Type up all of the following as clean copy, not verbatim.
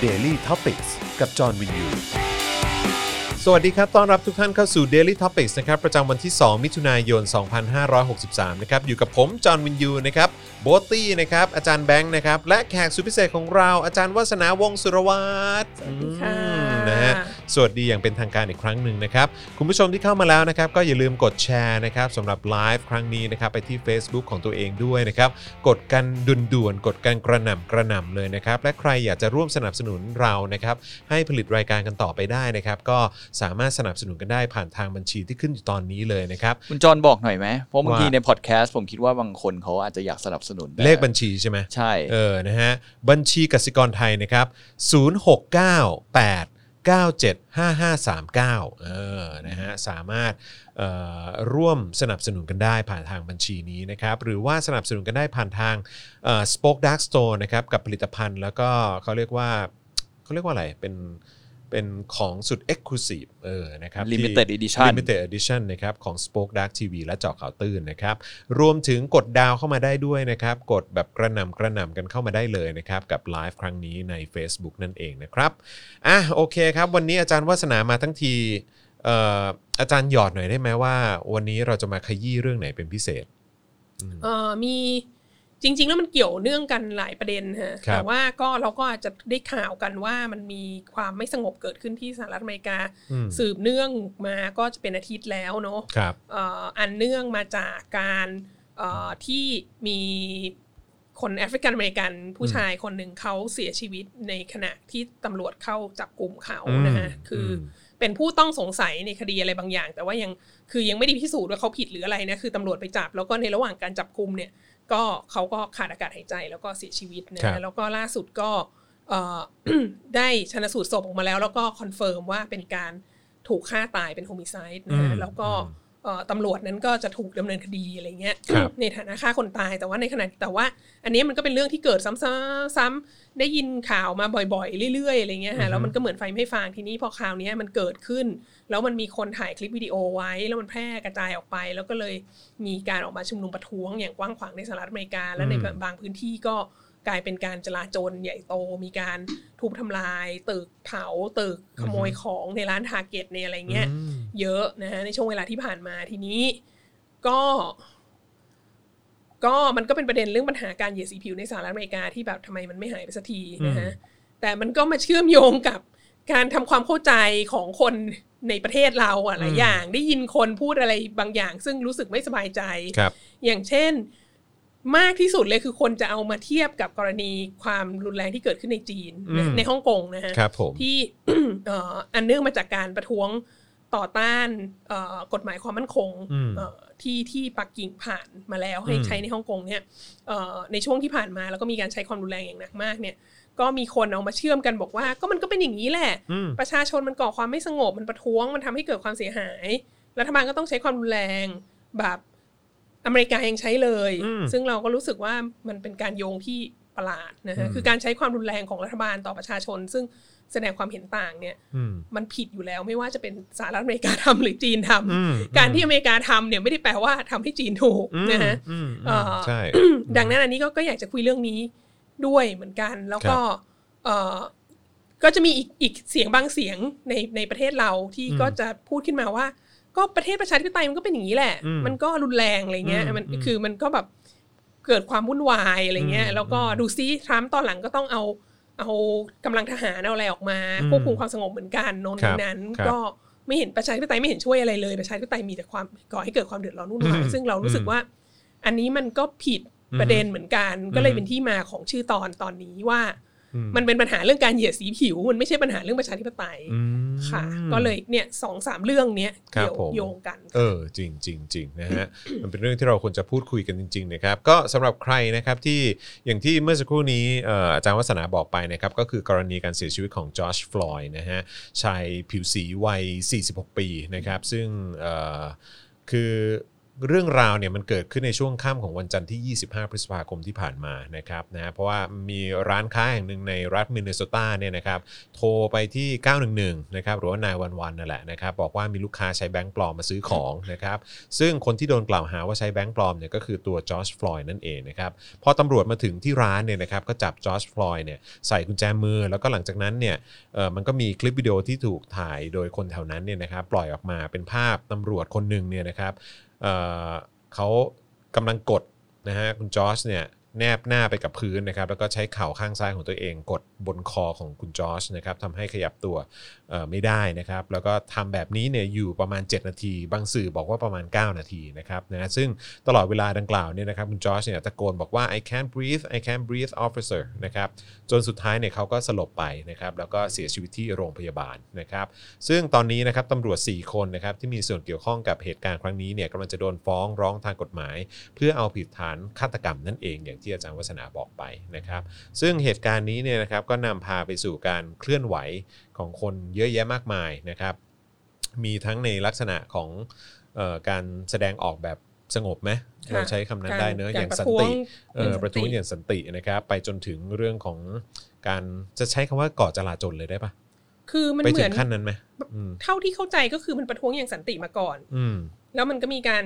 Daily Topics กับจอห์นวินยูสวัสดีครับต้อนรับทุกท่านเข้าสู่ Daily Topics นะครับประจำวันที่2มิถุนายน2563นะครับอยู่กับผมจอห์นวินยูนะครับโบทตี้นะครับอาจารย์แบงค์นะครับและแขกสุดพิเศษของเราอาจารย์วาสนาวงศ์สุรวัตรสวัสดีค่ะนะฮะสวัสดีอย่างเป็นทางการอีกครั้งหนึ่งนะครับคุณผู้ชมที่เข้ามาแล้วนะครับก็อย่าลืมกดแชร์นะครับสำหรับไลฟ์ครั้งนี้นะครับไปที่ Facebook ของตัวเองด้วยนะครับกดกันด่วนๆกดกันกระหน่ำเลยนะครับและใครอยากจะร่วมสนับสนุนเรานะครับให้ผลิตรายการกันต่อไปได้นะครับก็สามารถสนับสนุนกันได้ผ่านทางบัญชีที่ขึ้นอยู่ตอนนี้เลยนะครับคุณจอนบอกหน่อยไหมเพราะบางทีในพอดแคสต์ผมคิดว่าบางคนเขาอาจจะอยากสนับสนุนเลขบัญชีใช่ไหมใช่นะฮะบัญชีกสิกรไทยนะครับ0698975539นะฮะสามารถร่วมสนับสนุนกันได้ผ่านทางบัญชีนี้นะครับหรือว่าสนับสนุนกันได้ผ่านทางSpoke Dark Store นะครับกับผลิตภัณฑ์แล้วก็เขาเรียกว่าอะไรเป็นของสุด Exclusive นะครับ Limited Edition นะครับของ Spoke Dark TV และเจาะข่าวตื้นนะครับรวมถึงกดดาวเข้ามาได้ด้วยนะครับกดแบบกระหน่ำกันเข้ามาได้เลยนะครับกับไลฟ์ครั้งนี้ใน Facebook นั่นเองนะครับโอเคครับวันนี้อาจารย์วาสนามาทั้งทีอาจารย์หยอดหน่อยได้ไหมว่าวันนี้เราจะมาขยี้เรื่องไหนเป็นพิเศษมีจริงๆแล้วมันเกี่ยวเนื่องกันหลายประเด็นฮะแต่ว่าเราก็อาจจะได้ข่าวกันว่ามันมีความไม่สงบเกิดขึ้นที่สหรัฐอเมริกาสืบเนื่องมาก็จะเป็นอาทิตย์แล้วเนาะอันเนื่องมาจากการที่มีคนแอฟริกันอเมริกันผู้ชายคนหนึ่งเขาเสียชีวิตในขณะที่ตำรวจเข้าจับกุมเขานะฮะคือเป็นผู้ต้องสงสัยในคดีอะไรบางอย่างแต่ว่ายังไม่ได้พิสูจน์ว่าเขาผิดหรืออะไรนะคือตำรวจไปจับแล้วก็ในระหว่างการจับกุมเนี่ยก็เขาก็ขาดอากาศหายใจแล้วก็เสียชีวิตนะแล้วก็ล่าสุดก็ได้ชันสูตรศพออกมาแล้วก็คอนเฟิร์มว่าเป็นการถูกฆ่าตายเป็นโฮมิไซด์นะแล้วก็ตำรวจนั้นก็จะถูกดำเนินคดีอะไรเงี้ยในฐานะฆ่าคนตายแต่ว่าอันนี้มันก็เป็นเรื่องที่เกิดซ้ำๆได้ยินข่าวมาบ่อยๆเรื่อยๆอะไรเงี้ยฮะแล้วมันก็เหมือนไฟไม่ฟางทีนี้พอข่าวนี้มันเกิดขึ้นแล้วมันมีคนถ่ายคลิปวิดีโอไว้แล้วมันแพร่กระจายออกไปแล้วก็เลยมีการออกมาชุมนุมประท้วงอย่างกว้างขวางในสหรัฐอเมริกาและในบางพื้นที่ก็กลายเป็นการจลาจลใหญ่โตมีการทุบทำลายตึกเผาตึกขโมยของในร้านทาร์เก็ตในอะไรเงี้ยเยอะนะฮะในช่วงเวลาที่ผ่านมาทีนี้ก็มันก็เป็นประเด็นเรื่องปัญหาการเหยียดสีผิวในสหรัฐอเมริกาที่แบบทำไมมันไม่หายไปสักทีนะฮะแต่มันก็มาเชื่อมโยงกับการทำความเข้าใจของคนในประเทศเราหลายอย่างได้ยินคนพูดอะไรบางอย่างซึ่งรู้สึกไม่สบายใจอย่างเช่นมากที่สุดเลยคือคนจะเอามาเทียบกับกรณีความรุนแรงที่เกิดขึ้นในจีนในฮ่องกงนะฮะที่อันเนื่องมาจากการประท้วงต่อต้านกฎหมายความมั่นคงที่ปักกิ่งผ่านมาแล้วให้ใช้ในฮ่องกงเนี่ยในช่วงที่ผ่านมาแล้วก็มีการใช้ความรุนแรงอย่างหนักมากเนี่ยก็มีคนเอามาเชื่อมกันบอกว่าก็มันก็เป็นอย่างนี้แหละประชาชนมันก่อความไม่สงบมันประท้วงมันทำให้เกิดความเสียหายรัฐบาลก็ต้องใช้ความรุนแรงแบบอเมริกายังใช้เลยซึ่งเราก็รู้สึกว่ามันเป็นการโยงที่ประหลาดนะฮะคือการใช้ความรุนแรงของรัฐบาลต่อประชาชนซึ่งแสดงความเห็นต่างเนี่ยมันผิดอยู่แล้วไม่ว่าจะเป็นสหรัฐอเมริกาทำหรือจีนทำการที่อเมริกาทำเนี่ยไม่ได้แปลว่าทำให้จีนถูกนะฮะใช่ดังนั้นอันนี้ก็อยากจะคุยเรื่องนี้ด้วยเหมือนกันแล้วก็จะมีอีกเสียงบางเสียงในประเทศเราที่ก็จะพูดขึ้นมาว่าก็ประเทศประชาธิปไตยมันก็เป็นอย่างนี้แหละมันก็รุนแรงอะไรเงี้ยมันก็แบบเกิดความวุ่นวายอะไรเงี้ยแล้วก็ดูซิทรัมป์ตอนหลังก็ต้องเอากำลังทหารเอาอะไรออกมาควบคุมความสงบเหมือนกันโน่นนี่นั้นก็ไม่เห็นประชาธิปไตยไม่เห็นช่วยอะไรเลยประชาธิปไตยมีแต่ความก่อให้เกิดความเดือดร้อนวุ่นวายซึ่งเรารู้สึกว่าอันนี้มันก็ผิดประเด็นเหมือนกันก็เลยเป็นที่มาของชื่อตอนนี้ว่ามันเป็นปัญหาเรื่องการเหยียดสีผิวมันไม่ใช่ปัญหาเรื่องประชาธิปไตยค่ะก็เลยเนี่ย 2-3 เรื่องเนี้ยเกี่ยวโยงกันจริงนะฮะ มันเป็นเรื่องที่เราควรจะพูดคุยกันจริงๆนะครับก็สำหรับใครนะครับที่อย่างที่เมื่อสักครู่นี้อาจารย์วัฒนาบอกไปนะครับก็คือกรณีการเสียชีวิตของจอร์จฟลอยด์นะฮะชายผิวสีวัย46 ปีนะครับซึ่งคือเรื่องราวเนี่ยมันเกิดขึ้นในช่วงค่ำของวันจันทร์ที่25พฤษภาคมที่ผ่านมานะครับนะเพราะว่ามีร้านค้าแห่งหนึ่งในรัฐมินนิโซตาเนี่ยนะครับโทรไปที่911นะครับหรือว่านายวันนั่นแหละนะครับบอกว่ามีลูกค้าใช้แบงค์ปลอมมาซื้อของนะครับซึ่งคนที่โดนกล่าวหาว่าใช้แบงค์ปลอมเนี่ยก็คือตัวจอร์จฟลอยด์นั่นเองนะครับพอตำรวจมาถึงที่ร้านเนี่ยนะครับก็จับจอร์จฟลอยด์เนี่ยใส่กุญแจมือแล้วก็หลังจากนั้นเนี่ยมันก็มีคลิปวิดีโอที่ถูกถ่ายโดยคนแถวนั้นเนี่ยนะครับปล่อยออกมาเป็นภาพตำรวจคนหนึ่งเนี่ยนะครับเขากำลังกดนะฮะคุณจอร์จเนี่ยแนบหน้าไปกับพื้นนะครับแล้วก็ใช้เข่าข้างซ้ายของตัวเองกดบนคอของคุณจอร์จนะครับทำให้ขยับตัวไม่ได้นะครับแล้วก็ทำแบบนี้เนี่ยอยู่ประมาณ7นาทีบางสื่อบอกว่าประมาณ9นาทีนะครับนะซึ่งตลอดเวลาดังกล่าวเนี่ยนะครับคุณจอร์จเนี่ยตะโกนบอกว่า I can't breathe officer นะครับจนสุดท้ายเนี่ยเขาก็สลบไปนะครับแล้วก็เสียชีวิตที่โรงพยาบาลนะครับซึ่งตอนนี้นะครับตำรวจ4คนนะครับที่มีส่วนเกี่ยวข้องกับเหตุการณ์ครั้งนี้เนี่ยกำลังจะโดนฟ้องร้องทางกฎหมายเพื่อเอาผิดฐานฆาตกรรมนั่นเองอย่างที่อาจารย์วัฒนาบอกไปนะครับซึ่งเหตุการณ์นี้เนี่ยนะครับก็นำพาไปสู่การเคลื่อนไหวของคนเยอะแยะมากมายนะครับมีทั้งในลักษณะของการแสดงออกแบบสงบไหมเราใช้คำนั้นได้เนอะอย่างสันติประท้วงอย่างสันตินะครับไปจนถึงเรื่องของการจะใช้คำว่าก่อจลาจลเลยได้ปะคือมันเหมือนขั้นนั้นไหมเท่าที่เข้าใจก็คือมันประท้วงอย่างสันติมาก่อนแล้วมันก็มีการ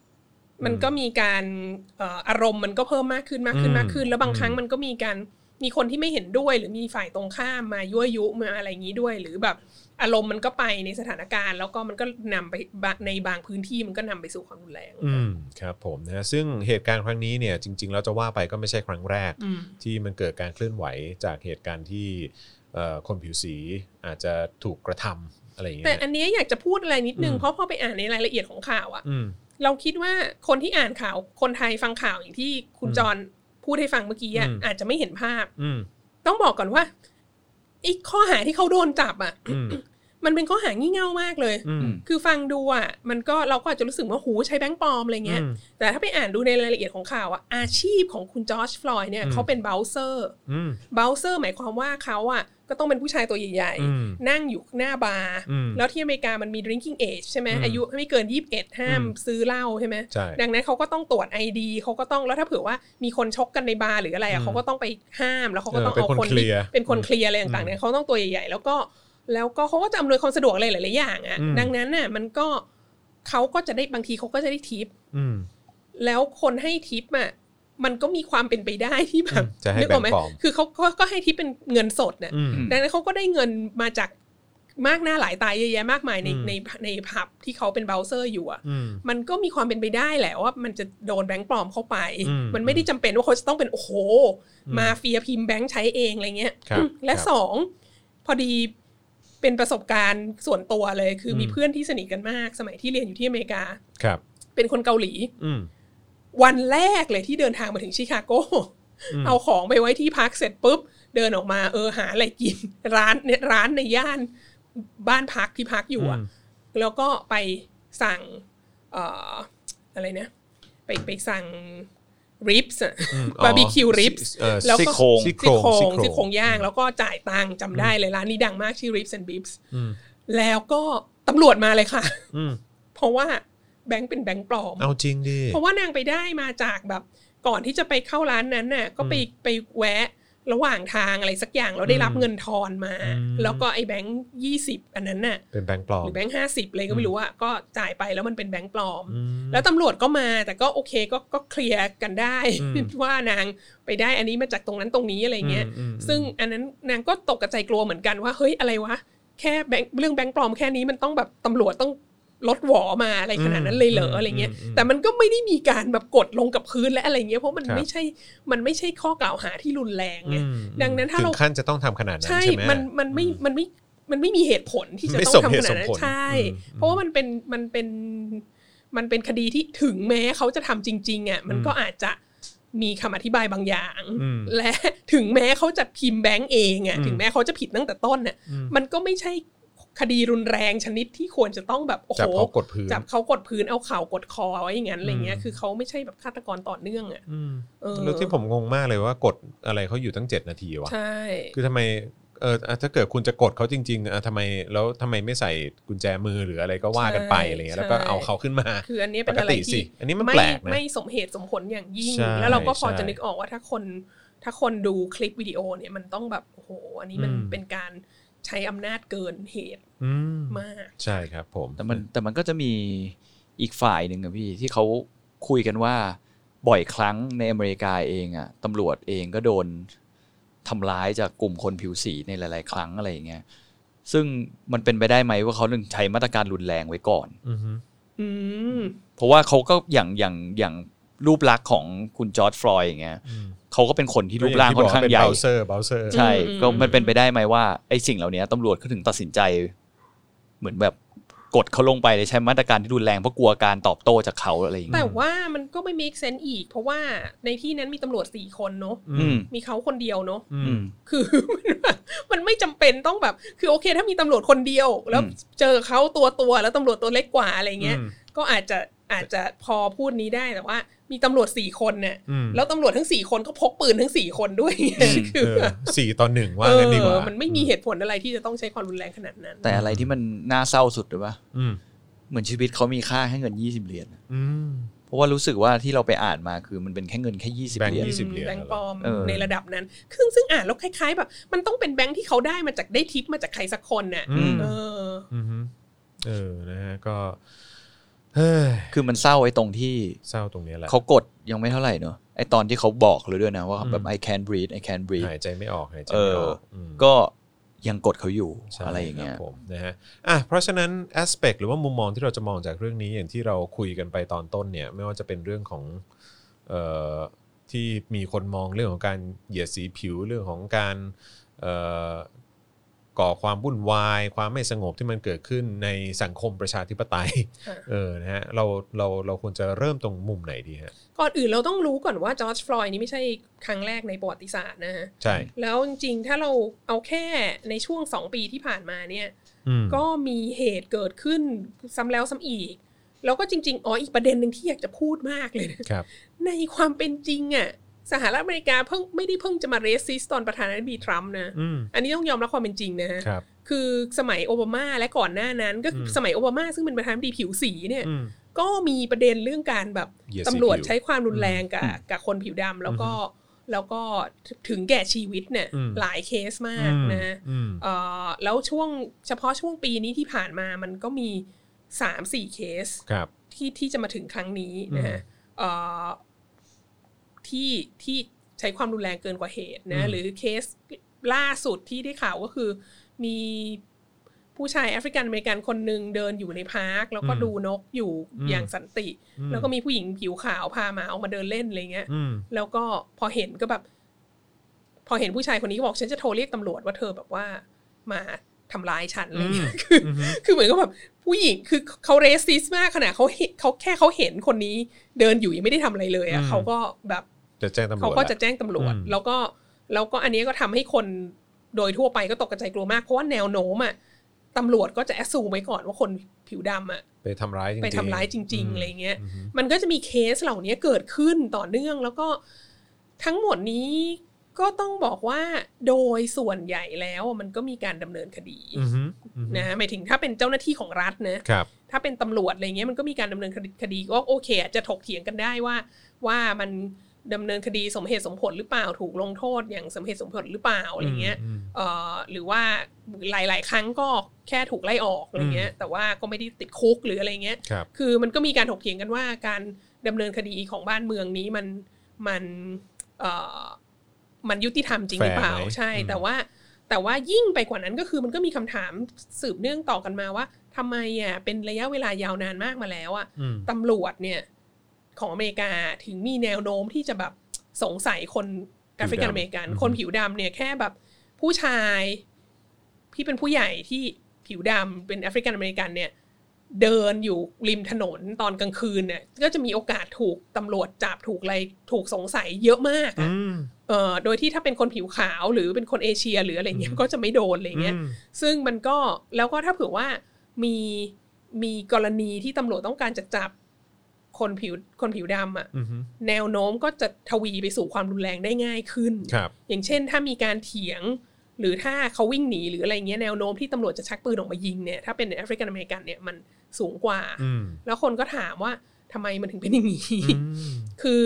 อารมณ์มันก็เพิ่มมากขึ้นแล้วบางครั้งมันก็มีคนที่ไม่เห็นด้วยหรือมีฝ่ายตรงข้ามมายั่วยุมาอะไรอย่างนี้ด้วยหรือแบบอารมณ์มันก็ไปในสถานการณ์แล้วก็มันก็นำไปในบางพื้นที่มันก็นำไปสู่ความรุนแรงครับผมนะซึ่งเหตุการณ์ครั้งนี้เนี่ยจริงๆแล้วจะว่าไปก็ไม่ใช่ครั้งแรกที่มันเกิดการเคลื่อนไหวจากเหตุการณ์ที่คนผิวสีอาจจะถูกกระทำอะไรอย่างเงี้ยแต่อันนี้อยากจะพูดอะไรนิดนึงเพราะพอไปอ่านในรายละเอียดของข่าวอ่ะเราคิดว่าคนที่อ่านข่าวคนไทยฟังข่าวอย่างที่คุณจรพูดให้ฟังเมื่อกี้อ่ะอาจจะไม่เห็นภาพต้องบอกก่อนว่าไอ้ข้อหาที่เขาโดนจับอ่ะมันเป็นข้อหางี่เง่ามากเลยคือฟังดูอ่ะมันก็เราก็อาจจะรู้สึกว่าหูใช้แบงค์ปลอมอะไรเงี้ยแต่ถ้าไปอ่านดูในรายละเอียดของข่าวอ่ะอาชีพของคุณจอร์จฟลอยด์เนี่ยเขาเป็นเบลเซอร์หมายความว่าเขาอ่ะก็ต้องเป็นผู้ชายตัวใหญ่ๆนั่งอยู่หน้าบาร์แล้วที่อเมริกามันมี drinking age ใช่ไหมอายุไม่เกิน21ห้ามซื้อเหล้าใช่ไหมดังนั้นเขาก็ต้องตรวจ ID เขาก็ต้องแล้วถ้าเผื่อว่ามีคนชกกันในบาร์หรืออะไรอ่ะเขาก็ต้องไปห้ามแล้วเขาก็ต้องเอาคนที่เป็นคนเคลียร์อะไรต่างๆเนี่ยเขาต้องตัวใหญ่ๆแล้วก็เขาก็จะอำนวยความสะดวกอะไรหลายๆอย่างอ่ะดังนั้นน่ะมันก็เขาก็จะได้บางทีเขาก็จะได้ทิปแล้วคนให้ทิปอ่ะมันก็มีความเป็นไปได้ที่แบบนึกออกไหมคือเขาก็ให้ทิปเป็นเงินสดน่ะดังนั้นเขาก็ได้เงินมาจากมากหน้าหลายตาเยอะแยะมากมายในผับที่เขาเป็นเบลเซอร์อยู่อ่ะมันก็มีความเป็นไปได้แหละว่ามันจะโดนแบงค์ปลอมเข้าไปมันไม่ได้จำเป็นว่าเขาจะต้องเป็นโอ้โหมาเฟียพิมพ์แบงค์ใช้เองอะไรเงี้ยและสองพอดีเป็นประสบการณ์ส่วนตัวเลยคือมีเพื่อนที่สนิทกันมากสมัยที่เรียนอยู่ที่อเมริกาเป็นคนเกาหลีวันแรกเลยที่เดินทางมาถึงชิคาโกเอาของไปไว้ที่พักเสร็จปุ๊บเดินออกมาหาอะไรกินร้านในย่านบ้านพักที่พักอยู่แล้วก็ไปสั่งอะไรนะไปสั่งริบส์บาร์บีคิวริบส์แล้วก็ซี่โครงย่างแล้วก็จ่ายตังค์จำได้เลยร้านนี้ดังมากชื่อ Ribs and Bibs แล้วก็ตำรวจมาเลยค่ะเพราะว่าแบงค์เป็นแบงค์ปลอมเอาจริงดิเพราะว่านางไปได้มาจากแบบก่อนที่จะไปเข้าร้านนั้นน่ะก็ไปแวะระหว่างทางอะไรสักอย่างแล้วได้รับเงินทอนมาแล้วก็ไอ้แบงค์20อันนั้นน่ะเป็นแบงค์ปลอมหรือแบงค์50เลยก็ไม่รู้อ่ะก็จ่ายไปแล้วมันเป็นแบงค์ปลอมแล้วตำรวจก็มาแต่ก็โอเคก็เคลียร์กันได้ว่านางไปได้อันนี้มาจากตรงนั้นตรงนี้อะไรเงี้ยซึ่งอันนั้นนางก็ตกกระจายกลัวเหมือนกันว่าเฮ้ยอะไรวะแค่เรื่องแบงค์ปลอมแค่นี้มันต้องแบบตำรวจต้องลดหวอมาอะไรขนาดนั้นเลยเหรออะไรเงี้ยแต่มันก็ไม่ได้มีการแบบกดลงกับพื้นและอะไรเงี้ยเพราะมันไม่ใช่ข้อกล่าวหาที่รุนแรงไงดังนั้นถ้าเราถึงขั้นจะต้องทำขนาดนั้นใช่ไหมมันไม่มีเหตุผลที่จะต้องทำขนาดนั้นใช่เพราะว่ามันเป็นคดีที่ถึงแม้เขาจะทำจริงๆอ่ะมันก็อาจจะมีคำอธิบายบางอย่างและถึงแม้เขาจะพิมพ์แบงก์เองอ่ะถึงแม้เขาจะผิดตั้งแต่ต้นน่ะมันก็ไม่ใช่คดีรุนแรงชนิดที่ควรจะต้องแบบโอ้โหจับเขากดพื้นเอาเข่ากดคอไว้อย่างนั้นอะไรเงี้ยคือเขาไม่ใช่แบบฆาตกรต่อเนื่องอ่ะแล้วที่ผมงงมากเลยว่ากดอะไรเขาอยู่ตั้ง7นาทีวะใช่คือทำไมถ้าเกิดคุณจะกดเขาจริงๆทำไมไม่ใส่กุญแจมือหรืออะไรก็ว่ากันไปอะไรเงี้ยแล้วก็เอาเขาขึ้นมาคืออันนี้เป็นอะไรที่อันนี้มันแปลกนะไม่สมเหตุสมผลอย่างยิ่งแล้วเราก็พอจะนึกออกว่าถ้าคนดูคลิปวิดีโอเนี่ยมันต้องแบบโอ้โหอันนี้มันเป็นการใช้อำนาจเกินเหตุมากใช่ครับผมแต่มันก็จะมีอีกฝ่ายหนึ่งอะพี่ที่เขาคุยกันว่าบ่อยครั้งในอเมริกาเองอะตำรวจเองก็โดนทำร้ายจากกลุ่มคนผิวสีในหลายๆครั้งอะไรอย่างเงี้ยซึ่งมันเป็นไปได้ไหมว่าเขาหนึ่งใช้มาตรการรุนแรงไว้ก่อนเพราะว่าเขาก็อย่างรูปลักษณ์ของคุณจอร์จฟลอยด์อย่างเงี้ยเขาก็เป็นคนที่รูปร่างค่อนข้างใหญ่ใช่ก็มันเป็นไปได้ไหมว่าไอ้สิ่งเหล่านี้ตำรวจเขาถึงตัดสินใจเหมือนแบบกดเขาลงไปเลยใช้มาตรการที่รุนแรงเพราะกลัวการตอบโต้จากเขาอะไรอย่างเงี้ยแต่ว่ามันก็ไม่ make sense อีกเพราะว่าในที่นั้นมีตำรวจ4คนเนาะมีเขาคนเดียวเนาะคือมันไม่จำเป็นต้องแบบคือโอเคถ้ามีตำรวจคนเดียวแล้วเจอเขาตัวแล้วตำรวจตัวเล็กกว่าอะไรเงี้ยก็อาจจะพอพูดนี้ได้แต่ว่ามีตำรวจ4คนเนี่ยแล้วตำรวจทั้ง4คนก็พกปืนทั้ง4คนด้วยคือ4-1ว่างั้นดีกว่ามันไม่มีเหตุผลอะไรที่จะต้องใช้ความรุนแรงขนาดนั้นแต่อะไรที่มันน่าเศร้าสุดหรือเปล่าเหมือนชีวิตเขามีค่าแค่เงิน20เหรียญเพราะว่ารู้สึกว่าที่เราไปอ่านมาคือมันเป็นแค่เงินแค่20เหรียญแบงค์ปลอมในระดับนั้นซึ่งอ่านแล้วคล้ายๆแบบมันต้องเป็นแบงค์ที่เขาได้มาจากได้ทิปมาจากใครสักคนน่ะนะฮะก็คือมันเศร้าไอ้ตรงที่เศร้าตรงนี้แหละเขากดยังไม่เท่าไหร่เนอะไอ้ตอนที่เขาบอกเลยด้วยนะว่าแบบ I can't breathe หายใจไม่ออกก็ยังกดเขาอยู่อะไรอย่างเงี้ยนะฮะเพราะฉะนั้น aspect หรือว่ามุมมองที่เราจะมองจากเรื่องนี้อย่างที่เราคุยกันไปตอนต้นเนี่ยไม่ว่าจะเป็นเรื่องของที่มีคนมองเรื่องของการเหยียดสีผิวเรื่องของการก่อความวุ่นวายความไม่สงบที่มันเกิดขึ้นในสังคมประชาธิปไตยนะฮะเราควรจะเริ่มตรงมุมไหนดีฮะก่อนอื่นเราต้องรู้ก่อนว่าจอร์จฟลอยด์นี่ไม่ใช่ครั้งแรกในประวัติศาสตร์นะฮะใช่แล้วจริงๆถ้าเราเอาแค่ในช่วง2ปีที่ผ่านมาเนี่ยก็มีเหตุเกิดขึ้นซ้ำแล้วซ้ำอีกแล้วก็จริงๆอีกประเด็นนึงที่อยากจะพูดมากเลยนะครับในความเป็นจริงอ่ะสหรัฐอเมริกาไม่ได้เพิ่งจะมาเรสซิสตอนประธานาธิบดีทรัมป์นะอันนี้ต้องยอมรับความเป็นจริงนะฮะคือสมัยโอบามาและก่อนหน้านั้นก็สมัยโอบามาซึ่งเป็นประธานาธิบดีผิวสีเนี่ยก็มีประเด็นเรื่องการแบบตำรวจใช้ความรุนแรงกับคนผิวดำแล้วก็ถึงแก่ชีวิตเนี่ยหลายเคสมากนะแล้วเฉพาะช่วงปีนี้ที่ผ่านมามันก็มี 3-4 เคสที่จะมาถึงครั้งนี้นะฮะที่ใช้ความรุนแรงเกินกว่าเหตุนะหรือเคสล่าสุดที่ได้ข่าวก็คือมีผู้ชายแอฟริกันอเมริกันคนนึงเดินอยู่ในพาร์คแล้วก็ดูนกอยู่อย่างสันติแล้วก็มีผู้หญิงผิวขาวพามาออกมาเดินเล่นอะไรเงี้ยแล้วก็พอเห็นผู้ชายคนนี้ก็บอกฉันจะโทรเรียกตำรวจว่าเธอแบบว่ามาทำร้ายฉันอะไรเงี้ยคือเหมือนกับแบบผู้หญิงคือเขาเรสซิสมากขนาดเขาแค่เขาเห็นคนนี้เดินอยู่ยังไม่ได้ทำอะไรเลยอ่ะเขาก็แบบเขาก็จะแจ้งตำรวจแล้วก็อันนี้ก็ทำให้คนโดยทั่วไปก็ตกใจกลัวมากเพราะว่าแนวโน้มอ่ะตำรวจก็จะแอสซูมไว้ก่อนว่าคนผิวดำอ่ะไปทำร้ายจริงๆอะไรเงี้ยมันก็จะมีเคสเหล่านี้เกิดขึ้นต่อเนื่องแล้วก็ทั้งหมดนี้ก็ต้องบอกว่าโดยส่วนใหญ่แล้วมันก็มีการดำเนินคดีนะหมายถึงถ้าเป็นเจ้าหน้าที่ของรัฐนะถ้าเป็นตำรวจอะไรเงี้ยมันก็มีการดำเนินคดีก็โอเคจะถกเถียงกันได้ว่ามันดำเนินคดีสมเหตุสมผลหรือเปล่าถูกลงโทษอย่างสมเหตุสมผลหรือเปล่าอะไรเงี้ยหรือว่าหลายๆครั้งก็แค่ถูกไล่ออกอะไรเงี้ยแต่ว่าก็ไม่ได้ติดคุกหรืออะไรเงี้ยคือมันก็มีการถกเถียงกันว่าการดำเนินคดีของบ้านเมืองนี้มันยุติธรรมจริงหรือเปล่าใช่แต่ว่ายิ่งไปกว่านั้นก็คือมันก็มีคำถามสืบเนื่องต่อกันมาว่าทำไมเป็นระยะเวลายาวนานมากมาแล้วตำรวจเนี่ยของอเมริกาถึงมีแนวโน้มที่จะแบบสงสัยคนแอฟริกันอเมริกันคนผิวดำเนี่ยแค่แบบผู้ชายที่เป็นผู้ใหญ่ที่ผิวดำเป็นแอฟริกันอเมริกันเนี่ยเดินอยู่ริมถนนตอนกลางคืนเนี่ยก็จะมีโอกาสถูกตำรวจจับถูกสงสัยเยอะมากโดยที่ถ้าเป็นคนผิวขาวหรือเป็นคนเอเชียหรืออะไรเงี้ยก็จะไม่โดนอะไรเงี้ยซึ่งมันก็แล้วก็ถ้าเผื่อว่ามีกรณีที่ตำรวจต้องการจะจับคนผิวดำแนวโน้มก็จะทวีไปสู่ความรุนแรงได้ง่ายขึ้นอย่างเช่นถ้ามีการเถียงหรือถ้าเขาวิ่งหนีหรืออะไรเงี้ยแนวโน้มที่ตำรวจจะชักปืนออกมายิงเนี่ยถ้าเป็นแอฟริกันอเมริกันเนี่ยมันสูงกว่าแล้วคนก็ถามว่าทำไมมันถึงเป็นอย่างนี้คือ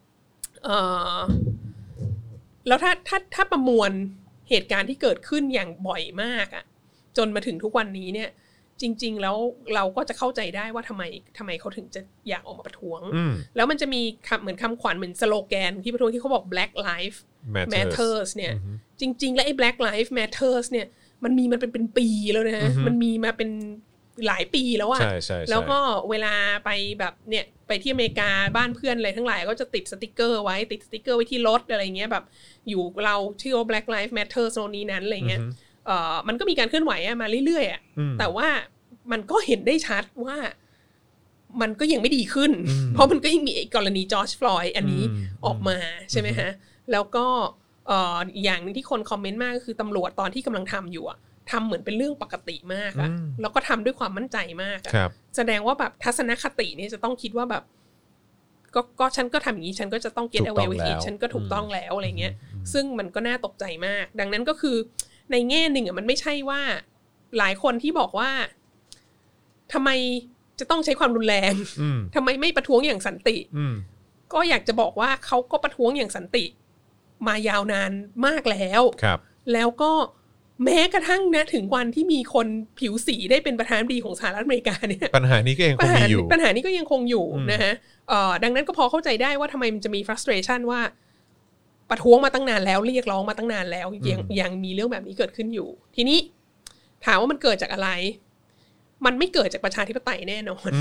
แล้วถ้าประมวลเหตุการณ์ที่เกิดขึ้นอย่างบ่อยมากอ่ะจนมาถึงทุกวันนี้เนี่ยจริงๆแล้วเราก็จะเข้าใจได้ว่าทำไมเขาถึงจะอยากออกมาประท้วงแล้วมันจะมีเหมือนคำขวัญเหมือนสโลแกนที่ประท้วงที่เขาบอก Black Lives Matters เนี่ยจริงๆแล้วไอ้ Black Lives Matters เนี่ยมันเป็นปีแล้วนะมันมีมาเป็นหลายปีแล้วอะแล้วก็เวลาไปแบบเนี่ยไปที่อเมริกาบ้านเพื่อนอะไรทั้งหลายก็จะติดสติกเกอร์ไว้ที่รถอะไรเงี้ยแบบอยู่เราชื่อว่า Black Lives Matter โซนนี้นั้นอะไรเงี้ยมันก็มีการเคลื่อนไหวมาเรื่อยๆแต่ว่ามันก็เห็นได้ชัดว่ามันก็ยังไม่ดีขึ้นเพราะมันก็ยังมีกรณีจอร์จฟลอยด์อันนี้ออกมาใช่ไหมฮะแล้วก็อย่างนึงที่คนคอมเมนต์มากก็คือตำรวจตอนที่กำลังทำอยู่อะทำเหมือนเป็นเรื่องปกติมากอะแล้วก็ทำด้วยความมั่นใจมากอะแสดงว่าแบบทัศนคตินี่จะต้องคิดว่าแบบก็ฉันก็ทำอย่างนี้ฉันก็จะต้อง get away with it ฉันก็ถูกต้องแล้วอะไรเงี้ยซึ่งมันก็น่าตกใจมากดังนั้นก็คือในแง่หนึ่งอะมันไม่ใช่ว่าหลายคนที่บอกว่าทำไมจะต้องใช้ความรุนแรงทำไมไม่ประท้วงอย่างสันติก็อยากจะบอกว่าเขาก็ประท้วงอย่างสันติมายาวนานมากแล้วแล้วก็แม้กระทั่งนะถึงวันที่มีคนผิวสีได้เป็นประธานาธิบดีของสหรัฐอเมริกาเนี่ยปัญหานี้ก็ยังคงมีอยู่ปัญหานี้ก็ยังคงอยู่นะฮะดังนั้นก็พอเข้าใจได้ว่าทำไมมันจะมี frustration ว่าประท้วงมาตั้งนานแล้วเรียกร้องมาตั้งนานแล้วยังมีเรื่องแบบนี้เกิดขึ้นอยู่ทีนี้ถามว่ามันเกิดจากอะไรมันไม่เกิดจากประชาธิปไตยแน่นอน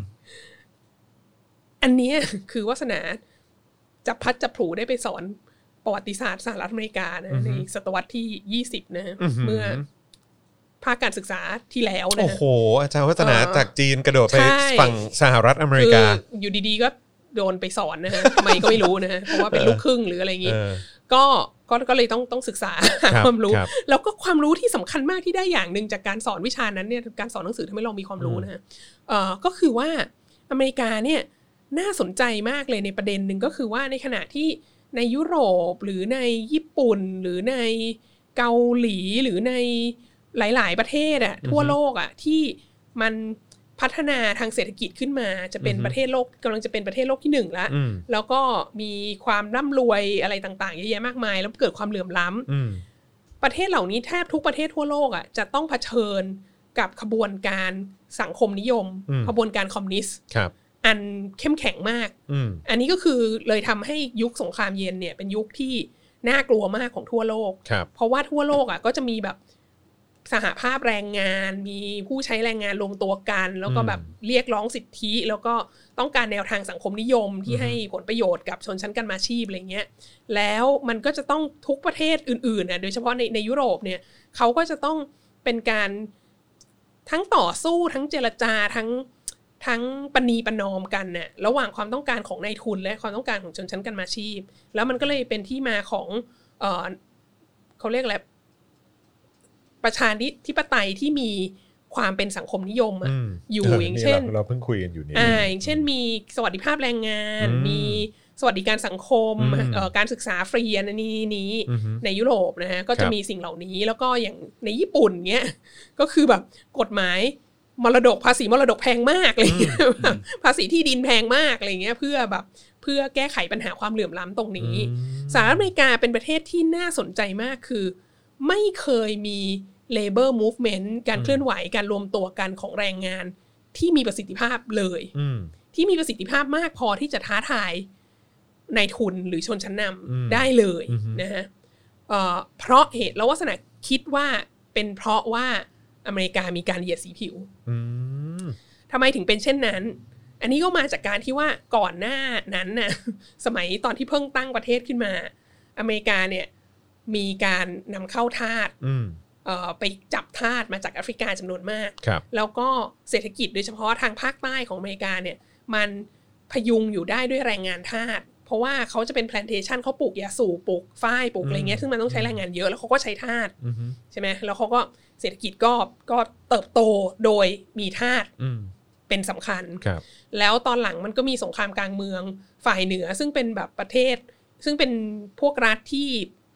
อันนี้คือวาสนาจับพัดจับผูได้ไปสอนประวัติศาสตร์สหรัฐอเมริกานะในศตวรรษที่20นะเมื่อภาคการศึกษาที่แล้วนะโอ้โหอาจารย์วัฒนาจากจีนกระโดดไปฝั่งสหรัฐอเมริกาอยู่ดีๆก็โดนไปสอนนะฮะทำไมก็ไม่รู้นะฮะเพราะว่าเป็นลูกครึ่งหรืออะไรอย่างงี้ก็เลยต้องศึกษาความรู้แล้วก็ความรู้ที่สำคัญมากที่ได้อย่างนึงจากการสอนวิชานั้นเนี่ยการสอนหนังสือทำให้เรามีความรู้นะฮะก็คือว่าอเมริกาเนี่ยน่าสนใจมากเลยในประเด็นนึงก็คือว่าในขณะที่ในยุโรปหรือในญี่ปุ่นหรือในเกาหลีหรือในหลายๆประเทศอะทั่วโลกอะที่มันพัฒนาทางเศรษฐกิจขึ้นมาจะเป็นประเทศโลกกำลังจะเป็นประเทศโลกที่1แล้วแล้วก็มีความร่ำรวยอะไรต่างๆเยอะแยะมากมายแล้วเกิดความเหลื่อมล้ำประเทศเหล่านี้แทบทุกประเทศทั่วโลกอะจะต้องเผชิญกับขบวนการสังคมนิยมขบวนการคอมมิวนิสต์อันเข้มแข็งมากอันนี้ก็คือเลยทำให้ยุคสงครามเย็นเนี่ยเป็นยุคที่น่ากลัวมากของทั่วโลกเพราะว่าทั่วโลกอ่ะก็จะมีแบบสหภาพแรงงานมีผู้ใช้แรงงานรวมตัวกันแล้วก็แบบเรียกร้องสิทธิแล้วก็ต้องการแนวทางสังคมนิยมที่ให้ผลประโยชน์กับชนชั้นกรรมาชีพอะไรเงี้ยแล้วมันก็จะต้องทุกประเทศอื่นๆนะโดยเฉพาะในยุโรปเนี่ยเขาก็จะต้องเป็นการทั้งต่อสู้ทั้งเจรจาทั้งปณีประนอมกันเนี่ยระหว่างความต้องการของนายทุนและความต้องการของชนชั้นกรรมาชีพแล้วมันก็เลยเป็นที่มาของเขาเรียกอะไรประชาธิปไตยที่มีความเป็นสังคมนิยมอยู่อย่างเช่นเราเพิ่งคุยกันอยู่นี่อย่างเช่นมีสวัสดิภาพแรงงานมีสวัสดิการสังคมการศึกษาฟรีอันนี้ในยุโรปนะฮะก็จะมีสิ่งเหล่านี้แล้วก็อย่างในญี่ปุ่นเงี้ยก็คือแบบกฎหมายมรดกภาษีมรดกแพงมากอะไรเงี้ยภาษีที่ดินแพงมากอะไรเงี้ยเพื่อแก้ไขปัญหาความเหลื่อมล้ำตรงนี้สหรัฐอเมริกาเป็นประเทศที่น่าสนใจมากคือไม่เคยมี labor movement การเคลื่อนไหวการรวมตัวกันของแรงงานที่มีประสิทธิภาพเลยที่มีประสิทธิภาพมากพอที่จะท้าทายนายทุนหรือชนชั้นนำได้เลยนะฮะเพราะเหตุแล้ววาสนาคิดว่าเป็นเพราะว่าอเมริกามีการเหยียดสีผิวทำไมถึงเป็นเช่นนั้นอันนี้ก็มาจากการที่ว่าก่อนหน้านั้นน่ะสมัยตอนที่เพิ่งตั้งประเทศขึ้นมาอเมริกาเนี่ยมีการนำเข้าทาสไปจับทาสมาจากแอฟริกาจำนวนมากแล้วก็เศรษฐกิจโดยเฉพาะทางภาคใต้ของอเมริกาเนี่ยมันพยุงอยู่ได้ด้วยแรงงานทาสเพราะว่าเขาจะเป็น plantation เขาปลูกยาสูบปลูกฝ้ายปลูกอะไรเงี้ยซึ่งมันต้องใช้แรงงานเยอะแล้วเขาก็ใช้ทาสใช่ไหมแล้วเขาก็เศรษฐกิจก็เติบโตโดยมีทาสเป็นสำคัญแล้วตอนหลังมันก็มีสงครามกลางเมืองฝ่ายเหนือซึ่งเป็นแบบประเทศซึ่งเป็นพวกรัฐที่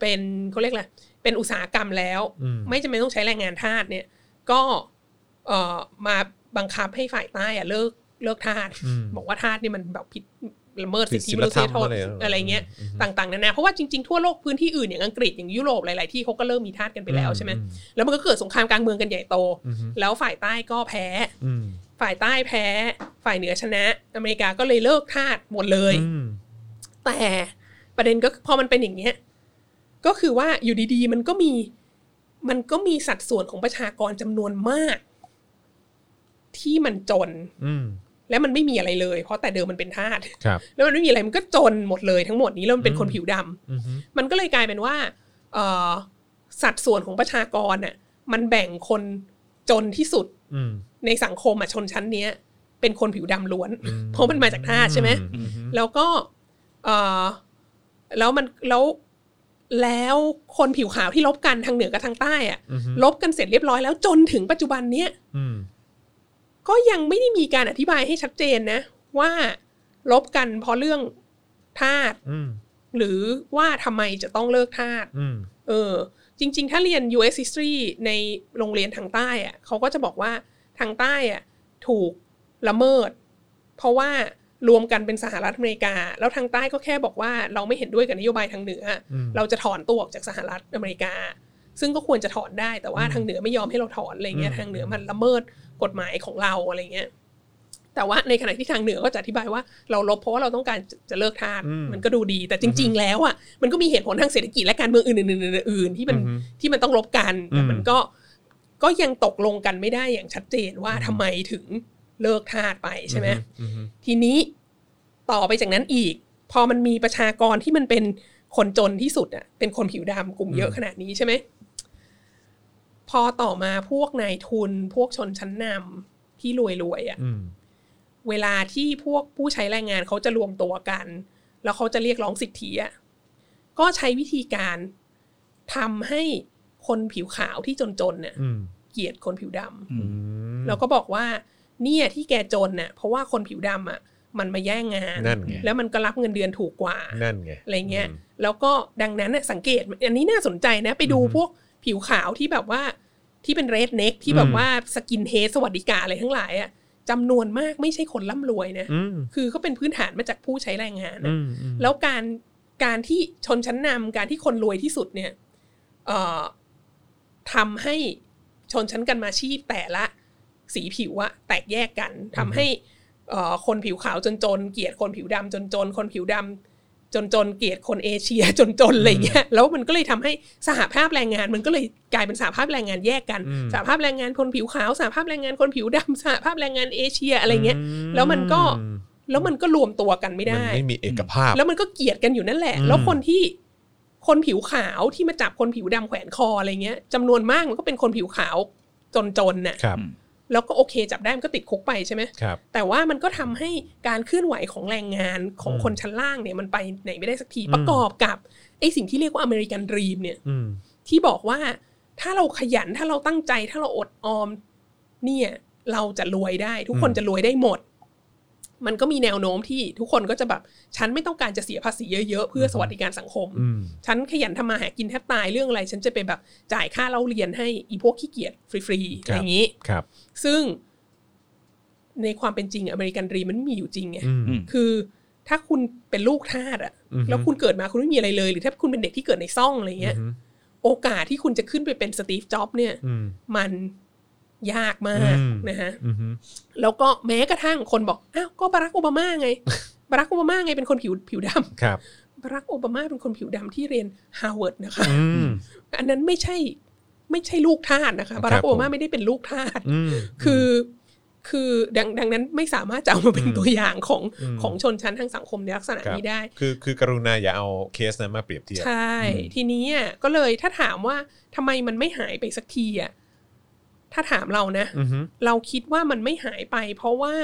เป็นเขาเรียกอะไรเป็นอุตสาหกรรมแล้วไม่จำเป็นต้องใช้แรงงานทาสเนี่ยก็มาบังคับให้ฝ่ายใต้อะเลิกทาสบอกว่าทาสนี่มันแบบผิดละเมิดสิทธิมนุษยชนอะไรเงี้ยต่างๆนานาเพราะว่าจริงๆทั่วโลกพื้นที่อื่นอย่างอังกฤษอย่างยุโรปหลายๆที่เขาก็เริ่มมีทาสกันไปแล้วใช่ไหมแล้วมันก็เกิดสงครามกลางเมืองกันใหญ่โตแล้วฝ่ายใต้ก็แพ้ฝ่ายใต้แพ้ฝ่ายเหนือชนะอเมริกาก็เลยเลิกทาสหมดเลยแต่ประเด็นก็พอมันเป็นอย่างเงี้ยก็คือว่าอยู่ดีๆมันก็มีสัดส่วนของประชากรจำนวนมากที่มันจนและมันไม่มีอะไรเลยเพราะแต่เดิมมันเป็นทาสแล้วมันไม่มีอะไรมันก็จนหมดเลยทั้งหมดนี้แล้วมันเป็นคนผิวดำมันก็เลยกลายเป็นว่าสัดส่วนของประชากรน่ะมันแบ่งคนจนที่สุดในสังคมชนชั้นเนี้ยเป็นคนผิวดำล้วนเพราะมันมาจากทาสใช่ไหมแล้วก็แล้วคนผิวขาวที่ลบกันทางเหนือกับทางใต้ลบกันเสร็จเรียบร้อยแล้วจนถึงปัจจุบันเนี้ยก็ยังไม่ได้มีการอธิบายให้ชัดเจนนะว่าลบกันเพราะเรื่องทาสหรือว่าทำไมจะต้องเลิกทาสจริงๆถ้าเรียน US History ในโรงเรียนทางใต้เขาก็จะบอกว่าทางใต้ถูกละเมิดเพราะว่ารวมกันเป็นสหรัฐอเมริกาแล้วทางใต้ก็แค่บอกว่าเราไม่เห็นด้วยกับนโยบายทางเหนือเราจะถอนตัวออกจากสหรัฐอเมริกาซึ่งก็ควรจะถอนได้แต่ว่าทางเหนือไม่ยอมให้เราถอนอะไรเงี้ยทางเหนือมันละเมิดกฎหมายของเราอะไรเงี้ยแต่ว่าในขณะที่ทางเหนือก็จะอธิบายว่าเราลบเพราะว่าเราต้องการจะเลิกทาสมันก็ดูดีแต่จริงๆแล้วมันก็มีเหตุผลทางเศรษฐกิจและการเมืองอื่นๆที่มันต้องลบกันแต่มันก็ยังตกลงกันไม่ได้อย่างชัดเจนว่าทำไมถึงเลิกทาสไปใช่ไหมทีนี้ต่อไปจากนั้นอีกพอมันมีประชากรที่มันเป็นคนจนที่สุดเป็นคนผิวดำกลุ่มเยอะขนาดนี้ใช่ไหมพอต่อมาพวกนายทุนพวกชนชั้นนำที่รวยเวลาที่พวกผู้ใช้แรงงานเขาจะรวมตัวกันแล้วเขาจะเรียกร้องสิทธิก็ใช้วิธีการทำให้คนผิวขาวที่จนเกลียดคนผิวดำแล้วก็บอกว่าเนี่ยที่แกจนเพราะว่าคนผิวดำมันมาแย่งงานแล้วมันก็รับเงินเดือนถูกกว่าอะไรเงี้ยแล้วก็ดังนั้นสังเกตอันนี้น่าสนใจนะไปดูพวกผิวขาวที่แบบว่าที่เป็นเรดเน็กที่แบบว่าสกินเฮดสวัสดิการอะไรทั้งหลายจำนวนมากไม่ใช่คนร่ำรวยนะคือเขาเป็นพื้นฐานมาจากผู้ใช้แรงงานนะแล้วการที่ชนชั้นนำการที่คนรวยที่สุดเนี่ยทำให้ชนชั้นกำมาชีพแต่ละสีผิวแตกแยกกันทำให้คนผิวขาวจนเกลียดคนผิวดำจนคนผิวดำจนเกลียดคนเอเชียจนอะไรเงี้ยแล้วมันก็เลยทำให้สหภาพแรงงานมันก็เลยกลายเป็นสหภาพแรงงานแยกกันสหภาพแรงงานคนผิวขาวสหภาพแรงงานคนผิวดำสหภาพแรงงานเอเชียอะไรเงี้ยแล้วมันก็รวมตัวกันไม่ได้มันไม่มีเอกภาพแล้วมันก็เกลียดกันอยู่นั่นแหละแล้วคนผิวขาวที่มาจับคนผิวดำแขวนคออะไรเงี้ยจำนวนมากมันก็เป็นคนผิวขาวจนน่ะแล้วก็โอเคจับได้มันก็ติดคุกไปใช่ไหมแต่ว่ามันก็ทำให้การเคลื่อนไหวของแรงงานของคนชั้นล่างเนี่ยมันไปไหนไม่ได้สักทีประกอบกับไอ้สิ่งที่เรียกว่าอเมริกันดรีมเนี่ยที่บอกว่าถ้าเราขยันถ้าเราตั้งใจถ้าเราอดออมเนี่ยเราจะรวยได้ทุกคนจะรวยได้หมดมันก็มีแนวโน้มที่ทุกคนก็จะแบบฉันไม่ต้องการจะเสียภาษีเยอะๆเพื่อสวัสดิการสังคมฉันขยันทำมาหากินแทบตายเรื่องอะไรฉันจะไปแบบจ่ายค่าเล่าเรียนให้อีพวกขี้เกียจฟรีๆอะไรอย่างนี้ซึ่งในความเป็นจริงอเมริกันดรีมมันไม่มีอยู่จริงไงคือถ้าคุณเป็นลูกทาสแล้วคุณเกิดมาคุณไม่มีอะไรเลยหรือถ้าคุณเป็นเด็กที่เกิดในซ่องอะไรเงี้ยโอกาสที่คุณจะขึ้นไปเป็นสตีฟจ็อบส์เนี่ยมันยากมากนะฮะแล้วก็แม้กระทั่งคนบอกอ้าวก็บารักโอบามาไงบารักโอบามาไงเป็นคนผิวดำบารักโอบามาเป็นคนผิวดำที่เรียนฮาร์วาร์ดนะคะอันนั้นไม่ใช่ลูกทาสนะคะบารักโอบามาไม่ได้เป็นลูกทาสคือดังนั้นไม่สามารถจะเอามาเป็นตัวอย่างของชนชั้นทางสังคมในลักษณะนี้ได้คือกรุณาอย่าเอาเคสนั้นมาเปรียบเทียบใช่ทีนี้ก็เลยถ้าถามว่าทำไมมันไม่หายไปสักทีถ้าถามเรานะเราคิดว่ามันไม่หายไปเพราะว่า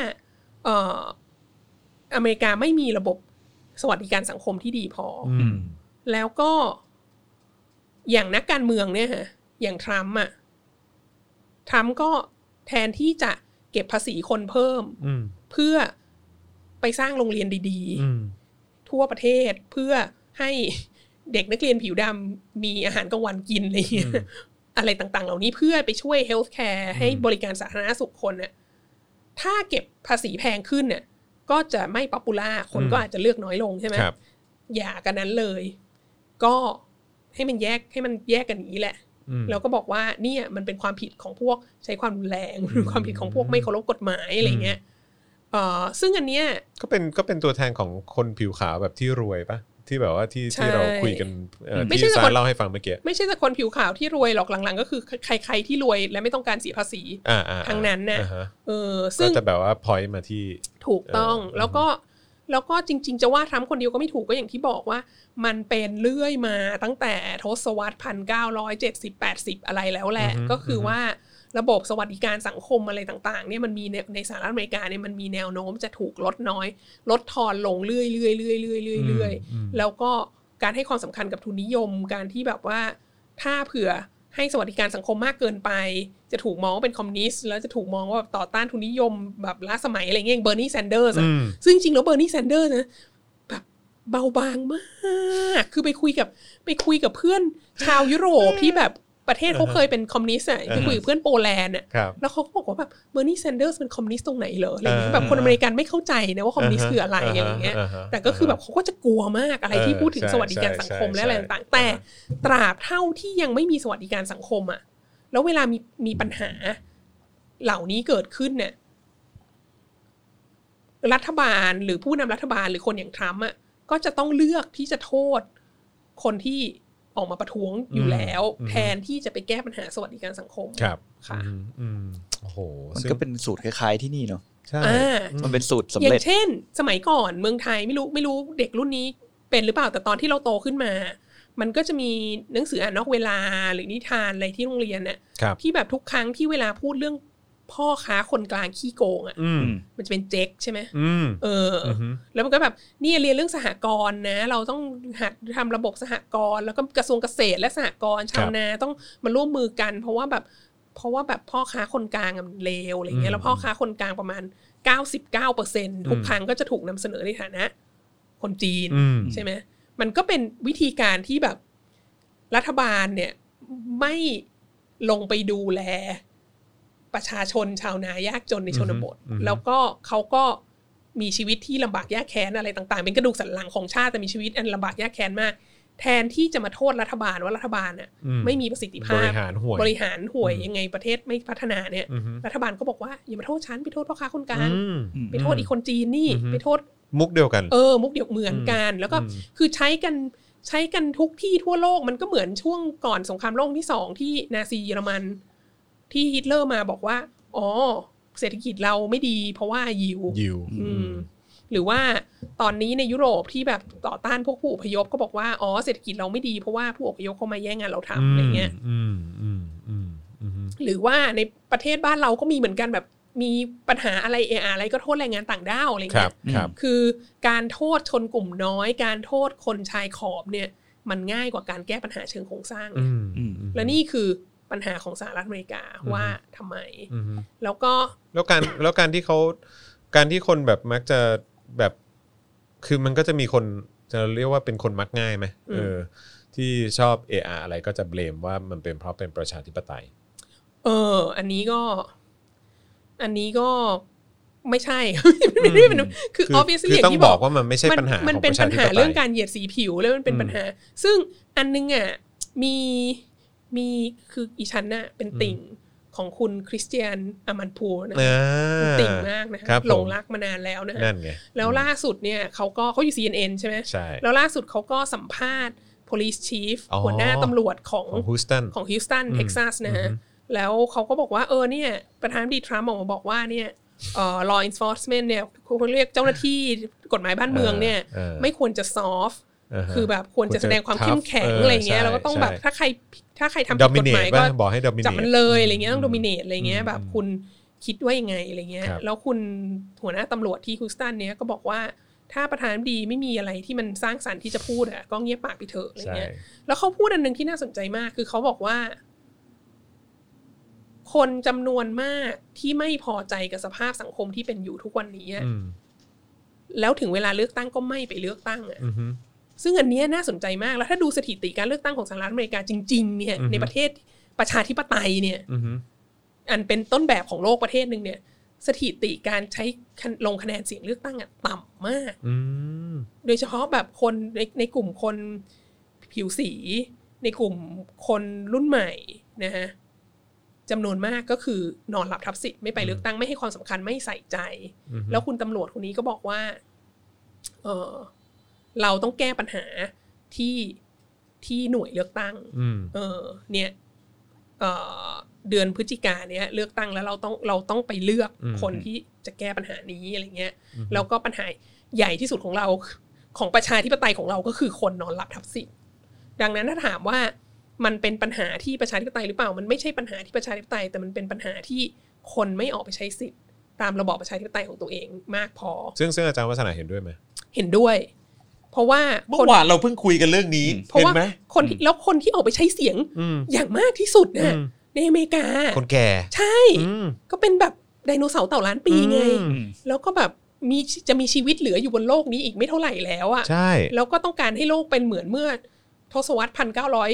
อเมริกาไม่มีระบบสวัสดิการสังคมที่ดีพอแล้วก็อย่างนักการเมืองเนี่ยอย่างทรัมป์ก็แทนที่จะเก็บภาษีคนเพิ่มเพื่อไปสร้างโรงเรียนดีๆทั่วประเทศเพื่อให้เด็กนักเรียนผิวดำมีอาหารกลางวันกินอะไรอย่างเงี้ยอะไรต่างๆเหล่านี้เพื่อไปช่วยเฮลท์แคร์ให้บริการสาธารณสุขคนเนี่ยถ้าเก็บภาษีแพงขึ้นเนี่ยก็จะไม่ป๊อปปูล่าคนก็อาจจะเลือกน้อยลงใช่ไหมอย่ากันนั้นเลยก็ให้มันแยกกันอย่างนี้แหละแล้วก็บอกว่าเนี่ยมันเป็นความผิดของพวกใช้ความรุนแรงหรือความผิดของพวกไม่เคารพกฎหมายอะไรเงี้ยซึ่งอันเนี้ยก็เป็นตัวแทนของคนผิวขาวแบบที่รวยปะที่แบบว่าที่เราคุยกันที่ซาเล่าให้ฟังเมื่อกี้ไม่ใช่แต่คนผิวขาวที่รวยหรอกหลังๆก็คือใครที่รวยและไม่ต้องการเสียภาษีทั้งนั้นน่ะซึ่งก็จะแบบว่าพอยต์มาที่ถูกต้องแล้วก็จริงๆจะว่าทรัมป์คนเดียวก็ไม่ถูกก็อย่างที่บอกว่ามันเป็นเรื่อยมาตั้งแต่ทศวรรษ1970-80อะไรแล้วแหละก็คือว่าระบบสวัสดิการสังคมอะไรต่างๆเนี่ยมันมีในสหรัฐอเมริกาเนี่ยมันมีแนวโน้มจะถูกลดทอนลงเรื่อยๆแล้วก็การให้ความสำคัญกับทุนนิยมการที่แบบว่าถ้าเผื่อให้สวัสดิการสังคมมากเกินไปจะถูกมองว่าเป็นคอมมิวนิสต์แล้วจะถูกมองว่าต่อต้านทุนนิยมแบบล้าสมัยอะไรเงี้ยเบอร์นีแซนเดอร์สซึ่งจริงๆแล้วเบอร์นีแซนเดอร์นะแบบเบาบางมากคือไปคุยกับเพื่อนชาวยุโรปที่แบบประเทศเขาเคยเป็นคอมมิวนิสต์อ่ะไปคุยกับเพื่อนโปแลนด์อ่ะแล้วเขาก็บอกว่าแบบเบอร์นีแซนเดอร์สเป็นคอมมิวนิสต์ตรงไหนเหรออะไรเงี้ยแบบคนอเมริกันไม่เข้าใจนะว่าคอมมิวนิสต์คืออะไรอย่างเงี้ยแต่ก็คือแบบเขาก็จะกลัวมากอะไรที่พูดถึงสวัสดิการสังคมและอะไรต่างๆแต่ตราบเท่าที่ยังไม่มีสวัสดิการสังคมอ่ะแล้วเวลามีปัญหาเหล่านี้เกิดขึ้นเนี่ยรัฐบาลหรือผู้นำรัฐบาลหรือคนอย่างทรัมป์อ่ะก็จะต้องเลือกที่จะโทษคนที่ออกมาประท้วงอยู่แล้วแทนที่จะไปแก้ปัญหาสวัสดิการสังคมครับค่ะโอ้โหมันก็เป็นสูตรคล้ายๆที่นี่เนาะใช่มันเป็นสูตรสำเร็จอย่างเช่นสมัยก่อนเมืองไทยไม่รู้เด็กรุ่นนี้เป็นหรือเปล่าแต่ตอนที่เราโตขึ้นมามันก็จะมีหนังสืออ่านนอกเวลาหรือนิทานอะไรที่โรงเรียนเนี่ยที่แบบทุกครั้งที่เวลาพูดเรื่องพ่อค้าคนกลางขี้โกงอ่ะมันจะเป็นเจ๊กใช่ไหมแล้วมันก็แบบนี่เรียนเรื่องสหกรณ์นะเราต้องหัดทำระบบสหกรณ์แล้วก็กระทรวงเกษตรและสหกรณ์ชาวนาต้องมาร่วมมือกันเพราะว่าแบบพ่อค้าคนกลางมันเลวอะไรเงี้ยแล้วพ่อค้าคนกลางประมาณ 99% ทุกครั้งก็จะถูกนำเสนอในฐานะคนจีนใช่ไหมมันก็เป็นวิธีการที่แบบรัฐบาลเนี่ยไม่ลงไปดูแลประชาชนชาวนายากจนในชนบทแล้วก็เขาก็มีชีวิตที่ลำบากยากแค้นอะไรต่างๆเป็นกระดูกสันหลังของชาติแต่มีชีวิตอันลำบากยากแค้นมากแทนที่จะมาโทษรัฐบาลว่ารัฐบาลน่ะไม่มีประสิทธิภาพบริหารห่วยยังไงประเทศไม่พัฒนาเนี่ยรัฐบาลก็บอกว่าอย่ามาโทษฉันไปโทษพ่อค้าคนกลางไปโทษอีกคนจีนนี่ไปโทษมุกเดียวกันมุกเดียวเหมือนกันแล้วก็คือใช้กันทุกที่ทั่วโลกมันก็เหมือนช่วงก่อนสงครามโลกที่2ที่นาซีเยอรมันที่ฮิตเลอร์มาบอกว่าอ๋อเศรษฐกิจเราไม่ดีเพราะว่ายิวหรือว่าตอนนี้ในยุโรปที่แบบต่อต้านพวกผู้อพยพก็บอกว่าอ๋อเศรษฐกิจเราไม่ดีเพราะว่าผู้อพยพเข้ามาแย่งงานเราทำอะไรเงี้ยหรือว่าในประเทศบ้านเราก็มีเหมือนกันแบบมีปัญหาอะไรก็โทษแรงงานต่างด้าวอะไรเงี้ยคือการโทษชนกลุ่มน้อยการโทษคนชายขอบเนี่ยมันง่ายกว่าการแก้ปัญหาเชิงโครงสร้างและนี่คือปัญหาของสหรัฐอเมริกาว่าทำไมแล้วการที่คนแบบมักจะแบบคือมันก็จะมีคนจะเรียกว่าเป็นคนมักง่ายไหมที่ชอบอะไรก็จะเบลมว่ามันเป็นเพราะเป็นประชาธิปไตยอันนี้ก็ไม่ใช่ไม่ได้เป็นคือ obviously อย่างที่บอกว่ามันไม่ใช่ปัญหามันเป็นปัญหาเรื่องการเหยียดสีผิวแล้วมันเป็นปัญหาซึ่งอันนึงอ่ะมีคืออีชั้นน่ะเป็นติ่งของคุณคริสเตียนอามันพูนะติ่งมากนะคะหลงรักมานานแล้วนะฮะแล้วล่าสุดเนี่ยเขาอยู่ CNN ใช่ไหมแล้วล่าสุดเขาก็สัมภาษณ์ police chief หัวหน้าตำรวจของฮิวสตันเท็กซัสนะฮะแล้วเขาก็บอกว่าเนี่ยประธานาธิบดีทรัมป์ออกมาบอกว่าเนี่ยlaw enforcement เนี่ยเขาเรียกเจ้าหน้าที่กฎหมายบ้านเมืองเนี่ยไม่ควรจะ softคือแบบควรจะแสดงความเข้มแข็งอะไรเงี้ยแล้วก็ต้องแบบถ้าใครทำผิดกฎหมายก็จับมันเลยอะไรเงี้ยต้อง dominate อะไรเงี้ยแบบคุณคิดว่ายังไงอะไรเงี้ยแล้วคุณหัวหน้าตำรวจที่ฮิวสตันเนี้ยก็บอกว่าถ้าประธานาธิบดีไม่มีอะไรที่มันสร้างสรรค์ที่จะพูดอ่ะก็เงียบปากไปเถอะอะไรเงี้ยแล้วเขาพูดอันนึงที่น่าสนใจมากคือเขาบอกว่าคนจำนวนมากที่ไม่พอใจกับสภาพสังคมที่เป็นอยู่ทุกวันนี้แล้วถึงเวลาเลือกตั้งก็ไม่ไปเลือกตั้งอ่ะซึ่งอันนี้น่าสนใจมากแล้วถ้าดูสถิติการเลือกตั้งของสหรัฐอเมริกาจริงๆเนี่ยในประเทศประชาธิปไตยเนี่ยอันเป็นต้นแบบของโลกประเทศนึงเนี่ยสถิติการใช้ลงคะแนนเสียงเลือกตั้งต่ำมากโดยเฉพาะแบบคนในกลุ่มคนผิวสีในกลุ่มคนรุ่นใหม่นะฮะจำนวนมากก็คือนอนหลับทับสิทธิ์ไม่ไปเลือกตั้งไม่ให้ความสำคัญไม่ใส่ใจแล้วคุณตำรวจคนนี้ก็บอกว่าเราต้องแก้ปัญหาที่หน่วยเลือกตั้งเนี่ยเดือนพฤศจิกายนเนี่ยเลือกตั้งแล้วเราต้องไปเลือกคนที่จะแก้ปัญหานี้อะไรเงี้ยแล้วก็ปัญหาใหญ่ที่สุดของเราของประชาธิปไตยของเราก็คือคนนอนหลับทับสิทธิ์ดังนั้นถ้าถามว่ามันเป็นปัญหาที่ประชาธิปไตยหรือเปล่ามันไม่ใช่ปัญหาที่ประชาธิปไตยแต่มันเป็นปัญหาที่คนไม่ออกไปใช้สิทธิ์ตามระบอบประชาธิปไตยของตัวเองมากพอซึ่งอาจารย์วัฒนาเห็นด้วยไหมเห็นด้วยเพราะว่าเมื่อวานเราเพิ่งคุยกันเรื่องนี้เห็นไหมคนที่ออกไปใช้เสียงอย่างมากที่สุดเนี่ยในอเมริกาคนแก่ใช่ก็เป็นแบบไดโนเสาร์เต่าล้านปีไงแล้วก็แบบจะมีชีวิตเหลืออยู่บนโลกนี้อีกไม่เท่าไหร่แล้วอ่ะแล้วก็ต้องการให้โลกเป็นเหมือนเมื่อทศวรรษ1920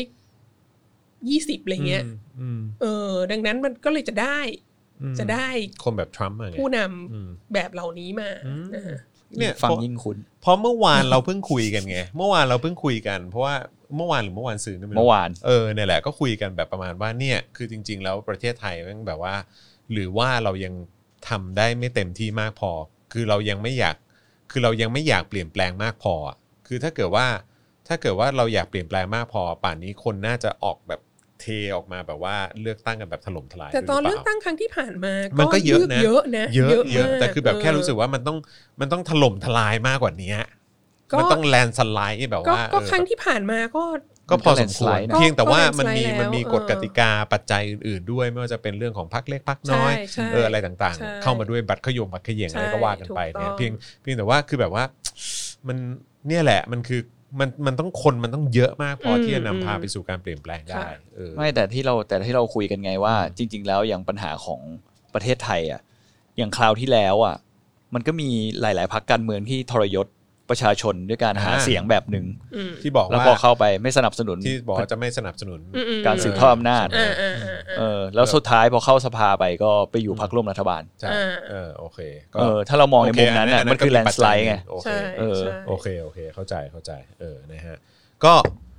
อะไรเงี้ยดังนั้นมันก็เลยจะได้คนแบบทรัมป์ผู้นำแบบเหล่านี้มาเนี่ยฟังยิ่งคุ้นเพราะเมื่อวานเราเพิ่งคุยกันไงเมื่อวานเราเพิ่งคุยกันเพราะว่าเมื่อวานหรือเมื่อวานซืนเมื่อวานเนี่ยแหละก็คุยกันแบบประมาณว่าเนี่ยคือจริงๆแล้วประเทศไทยมันแบบว่าหรือว่าเรายังทำได้ไม่เต็มที่มากพอคือเรายังไม่อยากเปลี่ยนแปลงมากพอคือถ้าเกิดว่าเราอยากเปลี่ยนแปลงมากพอป่านนี้คนน่าจะออกแบบเทออกมาแบบว่าเลือกตั้งกันแบบถล่มทลายแต่ตอนเลือกตั้งครั้งที่ผ่านมามันก็เยอะนะเยอะแต่คือแบบแค่รู้สึกว่ามันต้องถล่มทลายมากกว่านี้มันต้องแลนด์สไลด์แบบว่าก็ครั้งที่ผ่านมาก็พอสมควรเพียงแต่ว่ามันมีกฎกติกาปัจจัยอื่นๆด้วยไม่ว่าจะเป็นเรื่องของพรรคเล็กพรรคน้อยอะไรต่างๆเข้ามาด้วยบัตรขยงบัตรเขย่งอะไรก็ว่ากันไปเนี่ยเพียงแต่ว่าคือแบบว่ามันเนี่ยแหละมันคือมันต้องคนมันต้องเยอะมากพอที่จะนำพาไปสู่การเปลี่ยนแปลงได้ไม่แต่ที่เราคุยกันไงว่าจริงๆแล้วอย่างปัญหาของประเทศไทยอ่ะอย่างคราวที่แล้วอ่ะมันก็มีหลายๆพรรคการเมืองที่ทรยศประชาชนด้วยการหาเสียงแบบนึงที่บอกว่าแล้วพอเข้าไปไม่สนับสนุนที่บอกจะไม่สนับสนุนการสืบทอดอำนาจแล้วสุดท้ายพอเข้าสภาไปก็ไปอยู่พรรคร่วมรัฐบาลใช่โอเคถ้าเรามองในมุมนั้นน่ะมันคือแลนด์สไลด์ไงโอเคเข้าใจนะฮะก็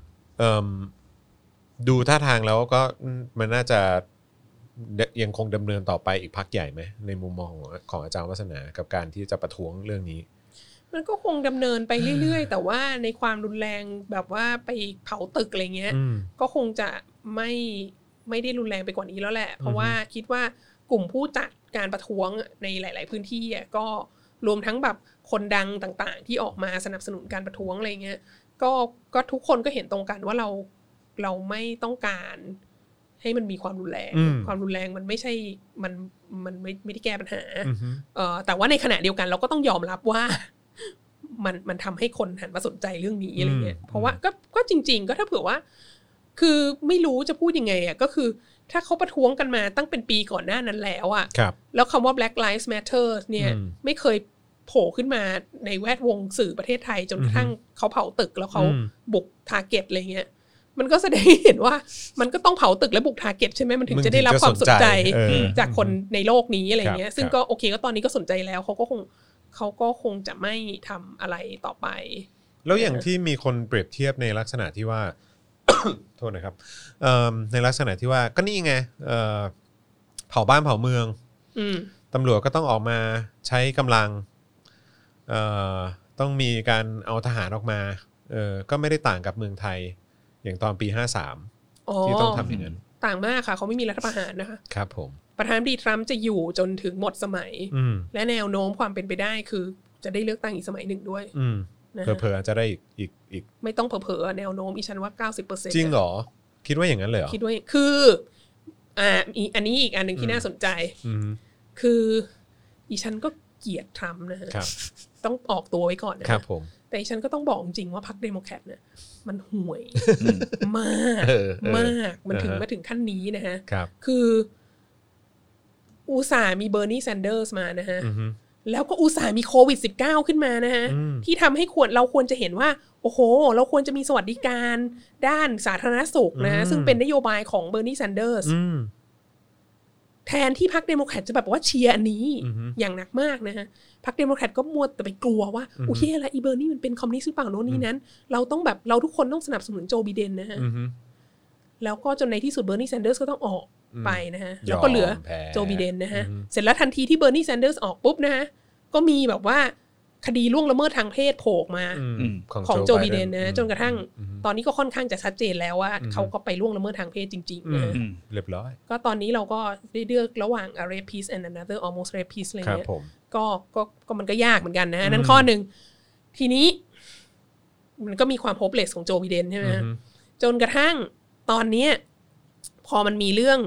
ดูท่าทางแล้วก็มันน่าจะยังคงดำเนินต่อไปอีกพักใหญ่ไหมในมุมมองของอาจารย์วัฒนากับการที่จะประท้วงเรื่องนี้มันก็คงดำเนินไปเรื่อยๆแต่ว่าในความรุนแรงแบบว่าไปเผาตึกอะไรเงี้ยก็คงจะไม่ได้รุนแรงไปกว่านี้แล้วแหละเพราะว่าคิดว่ากลุ่มผู้จัดการประท้วงในหลายๆพื้นที่ก็รวมทั้งแบบคนดังต่างๆที่ออกมาสนับสนุนการประท้วงอะไรเงี้ยก็ทุกคนก็เห็นตรงกันว่าเราไม่ต้องการให้มันมีความรุนแรงความรุนแรงมันไม่ใช่มันไม่ได้แก้ปัญหาแต่ว่าในขณะเดียวกันเราก็ต้องยอมรับว่ามันทำให้คนหันมาสนใจเรื่องนี้อะไรเงี้ยเพราะว่าก็จริงๆก็ถ้าเผื่อว่าคือไม่รู้จะพูดยังไงก็คือถ้าเขาประท้วงกันมาตั้งเป็นปีก่อนหน้านั้นแล้วแล้วคำว่า Black Lives Matter เนี่ยไม่เคยโผล่ขึ้นมาในแวดวงสื่อประเทศไทยจนกระทั่งเขาเผาตึกแล้วเขาบุกทาร์เก็ตอะไรเงี้ยมันก็แสดงให้เห็นว่ามันก็ต้องเผาตึกและบุกทาร์เก็ตใช่ไหมมันถึงจะได้รับความสนใจจากคนในโลกนี้อะไรเงี้ยซึ่งก็โอเคก็ตอนนี้ก็สนใจแล้วเขาก็คงจะไม่ทำอะไรต่อไปแล้วอย่างที่มีคนเปรียบเทียบในลักษณะที่ว่า โทษนะครับในลักษณะที่ว่าก็นี่ไงเผาบ้านเผาเมืองตำรวจก็ต้องออกมาใช้กำลังต้องมีการเอาทหารออกมาก็ไม่ได้ต่างกับเมืองไทยอย่างตอนปี53ที่ต้องทำอย่างนั้นต่างมากค่ะเขาไม่มีรัฐประหารนะคะครับผมประธานาธิบดีทรัมป์จะอยู่จนถึงหมดสมัยและแนวโน้มความเป็นไปได้คือจะได้เลือกตั้งอีกสมัยหนึ่งด้วยเผลอๆจะได้อีกไม่ต้องเผลอๆแนวโน้มอีฉันว่า 90% จริงเหรอคิดว่าอย่างนั้นเลยเหรอคิดว่าคืออันนี้อีกอันนึงที่น่าสนใจคืออีฉันก็เกลียดทรัมป์นะฮะต้องออกตัวไว้ก่อนนะครับผมแต่อีฉันก็ต้องบอกจริงว่าพรรคเดโมแครตเนี่ยมันห่วยมากมันถึงมาถึงขั้นนี้นะฮะคืออุตส่าห์มีเบอร์นีแซนเดอร์สมานะฮะแล้วก็อุตส่าห์มีโควิด-19 ขึ้นมานะฮะที่ทำให้เราควรจะเห็นว่าโอ้โหเราควรจะมีสวัสดิการด้านสาธารณสุขนะซึ่งเป็นนโยบายของเบอร์นีแซนเดอร์สแทนที่พรรคเดโมแครตจะแบบว่าเชียร์อันนี้อย่างหนักมากนะฮะพรรคเดโมแครตก็มัวแต่ไปกลัวว่าโอเคอะไรอีเบอร์นี่มันเป็นคอมมิวนิสต์หรือเปล่าโน่นนี่นั้นเราต้องแบบเราทุกคนต้องสนับสนุนโจไบเดนนะฮะแล้วก็จนในที่สุดเบอร์นีแซนเดอร์สก็ต้องออกไปนะฮะแล้วก็เหลือโจไบเดนนะฮะเสร็จแล้วทันทีที่เบอร์นีแซนเดอร์สออกปุ๊บนะฮะก็มีแบบว่าคดีล่วงละเมิดทางเพศโผล่มาของโจไบเดนนะจนกระทั่งตอนนี้ก็ค่อนข้างจะชัดเจนแล้วว่าเขาก็ไปล่วงละเมิดทางเพศจริงๆนะเรียบร้อยก็ตอนนี้เราก็ได้เลือกระหว่าง a rapist and another almost rapist อะไรเงี้ยก็มันก็ยากเหมือนกันนะนั่นข้อหนึ่งทีนี้มันก็มีความ hopeless ของโจไบเดนใช่ไหมจนกระทั่งตอนนี้พอมันมีเรื่อง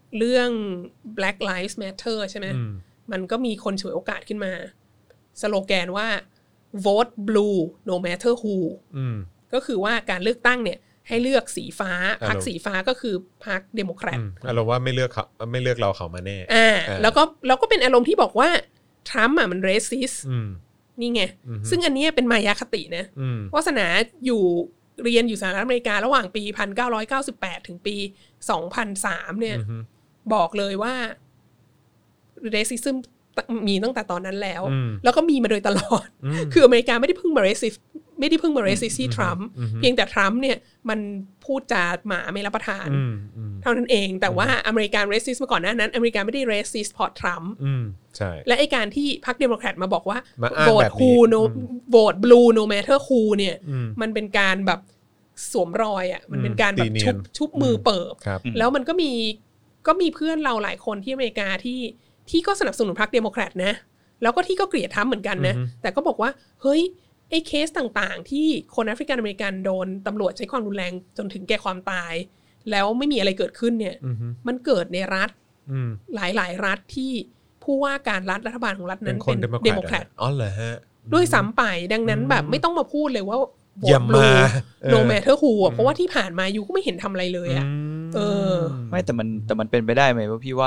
Black Lives Matter ใช่ไหมมันก็มีคนฉวยโอกาสขึ้นมาสโลแกนว่า vote blue no matter who ก็คือว่าการเลือกตั้งเนี่ยให้เลือกสีฟ้าพรรคสีฟ้าก็คือพรรคเดโมแครตอารมณ์ว่าไม่เลือกเราเขามาแน่แล้วก็เป็นอารมณ์ที่บอกว่าทรัมป์มัน racist นี่ไงซึ่งอันนี้เป็นมายาคตินะวาสนาเรียนอยู่สหรัฐอเมริการะหว่างปี1998ถึงปี2003เนี่ยบอกเลยว่า racism มีตั้งแต่ตอนนั้นแล้วก็มีมาโดยตลอดคืออเมริกาไม่ได้เพิ่งมาเรสิสที่ทรัมป์เพียงแต่ทรัมป์เนี่ยมันพูดจาหมาไม่รับประทานเท่านั้นเองแต่ว่าอเมริกันเรสิสมาก่อนหน้านั้นอเมริกาไม่ได้เรสิสพอทรัมป์ใช่และไอ้การที่พรรคเดโมแครตมาบอกว่าโหวตคูโนโหวตบลูโนแมทเทอร์คูเนี่ยมันเป็นการแบบสวมรอยอ่ะมันเป็นการแบบชุบมือเปิบแล้วมันก็มีเพื่อนเราหลายคนที่อเมริกาที่ก็สนับสนุนพรรคเดโมแครตนะแล้วก็ที่ก็เกลียดทรัมป์เหมือนกันนะแต่ก็บอกว่าเฮ้ยไอ้เคสต่างๆที่คนแอฟริกันอเมริกันโดนตำรวจใช้ความรุนแรงจนถึงแก่ความตายแล้วไม่มีอะไรเกิดขึ้นเนี่ยมันเกิดในรัฐหลายๆรัฐที่ผู้ว่าการรัฐบาลของรัฐนั้นเป็นเดโมแครตอ๋อเหรอฮะด้วยซ้ำไปดังนั้นแบบไม่ต้องมาพูดเลยว่าอย่ามาโนแมทเทอร์ฮูเพราะว่าที่ผ่านมายูก็ไม่เห็นทำอะไรเลยอ่ะไม่แต่มันเป็นไปได้ไหมว่าพี่ว่า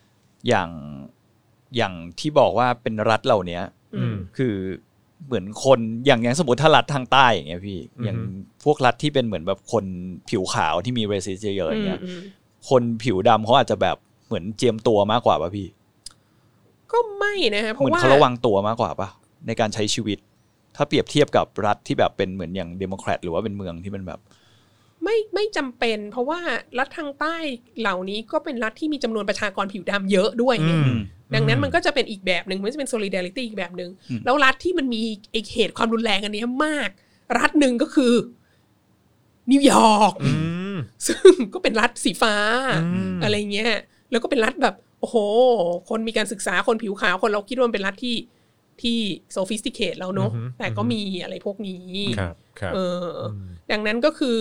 อย่างที่บอกว่าเป็นรัฐเหล่านี้คือเหมือนคนอย่างสมมติถ้ารัฐทางใต้อย่างเงี้ยพี่อย่างพวกรัฐที่เป็นเหมือนแบบคนผิวขาวที่มีเรสิสเยอะๆอย่างเงี้ยคนผิวดำเขาอาจจะแบบเหมือนเจียมตัวมากกว่าป่ะพี่ก็ไม่นะฮะเพราะว่าเขาระวังตัวมากกว่าป่ะในการใช้ชีวิตถ้าเปรียบเทียบกับรัฐที่แบบเป็นเหมือนอย่างเดโมแครตหรือว่าเป็นเมืองที่มันแบบไม่จำเป็นเพราะว่ารัฐทางใต้เหล่านี้ก็เป็นรัฐที่มีจำนวนประชากรผิวดำเยอะด้วยดังนั้นมันก็จะเป็นอีกแบบนึงมันจะเป็น solidarity อีกแบบนึงแล้วรัฐที่มันมีเหตุความรุนแรงอันนี้มากรัฐหนึ่งก็คือนิวยอร์กซึ่งก็เป็นรัฐสีฟ้าอะไรเงี้ยแล้วก็เป็นรัฐแบบโอ้โหคนมีการศึกษาคนผิวขาวคนเราคิดว่ามันเป็นรัฐที่ sophisticate แล้วเนอะแต่ก็มีอะไรพวกนี้ดังนั้นก็คือ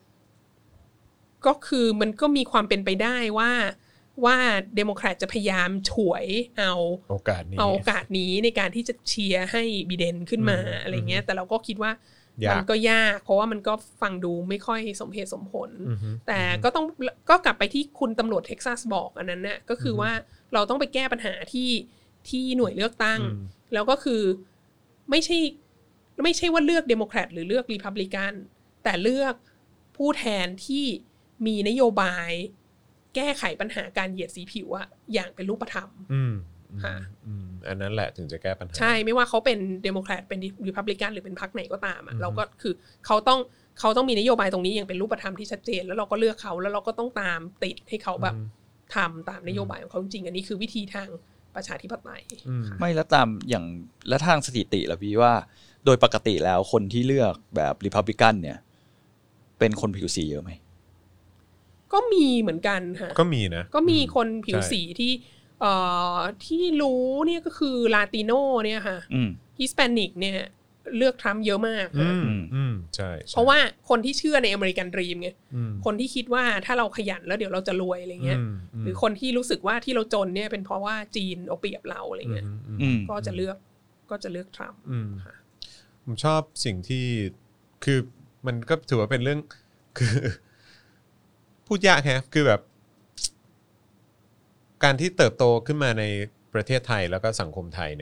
มันก็มีความเป็นไปได้ว่าเดโมแครตจะพยายามฉวยเอาโอกาสนี้ในการที่จะเชียร์ให้บิเดนขึ้นมาอะไรเงี้ยแต่เราก็คิดว่ามันก็ยากเพราะว่ามันก็ฟังดูไม่ค่อยสมเหตุสมผลแต่ก็กลับไปที่คุณตำรวจเท็กซัสบอกอันนั้นน่ะก็คือว่าเราต้องไปแก้ปัญหาที่หน่วยเลือกตั้งแล้วก็คือไม่ใช่ว่าเลือกเดโมแครตหรือเลือกรีพับลิกันแต่เลือกผู้แทนที่มีนโยบายแก้ไขปัญหาการเหยียดสีผิวอะอย่างเป็นรูปธรรมค่ะอันนั้นแหละถึงจะแก้ปัญหาใช่ไม่ว่าเขาเป็นเดโมแครตเป็นรีพับลิกันหรือเป็นพรรคไหนก็ตามอะเราก็คือเขาต้องมีนโยบายตรงนี้อย่างเป็นรูปธรรมที่ชัดเจนแล้วเราก็เลือกเขาแล้วเราก็ต้องตามติดให้เขาแบบทำตามนโยบายของเขาจริงอันนี้คือวิธีทางประชาธิปไตยไม่แล้วตามอย่างและทางสถิติล่ะพี่ว่าโดยปกติแล้วคนที่เลือกแบบรีพับลิกันเนี่ยเป็นคนผิวสีเยอะไหมก็มีเหมือนกันค่ะก็มีนะก็มีคนผิวสีที่รู้เนี่ยก็คือลาติโนเนี่ยค่ะฮิสแปนิกเนี่ยเลือกทรัมป์เยอะมากใช่เพราะว่าคนที่เชื่อในอเมริกันดรีมไงคนที่คิดว่าถ้าเราขยันแล้วเดี๋ยวเราจะรวยอะไรเงี้ยหรือคนที่รู้สึกว่าที่เราจนเนี่ยเป็นเพราะว่าจีนเอาเปรียบเราอะไรเงี้ยก็จะเลือกทรัมป์ค่ะผมชอบสิ่งที่คือมันก็ถือว่าเป็นเรื่องคือพูดยากแฮะคือแบบการที่เติบโตขึ้นมาในประเทศไทยแล้วก็สังคมไทยเนี่ย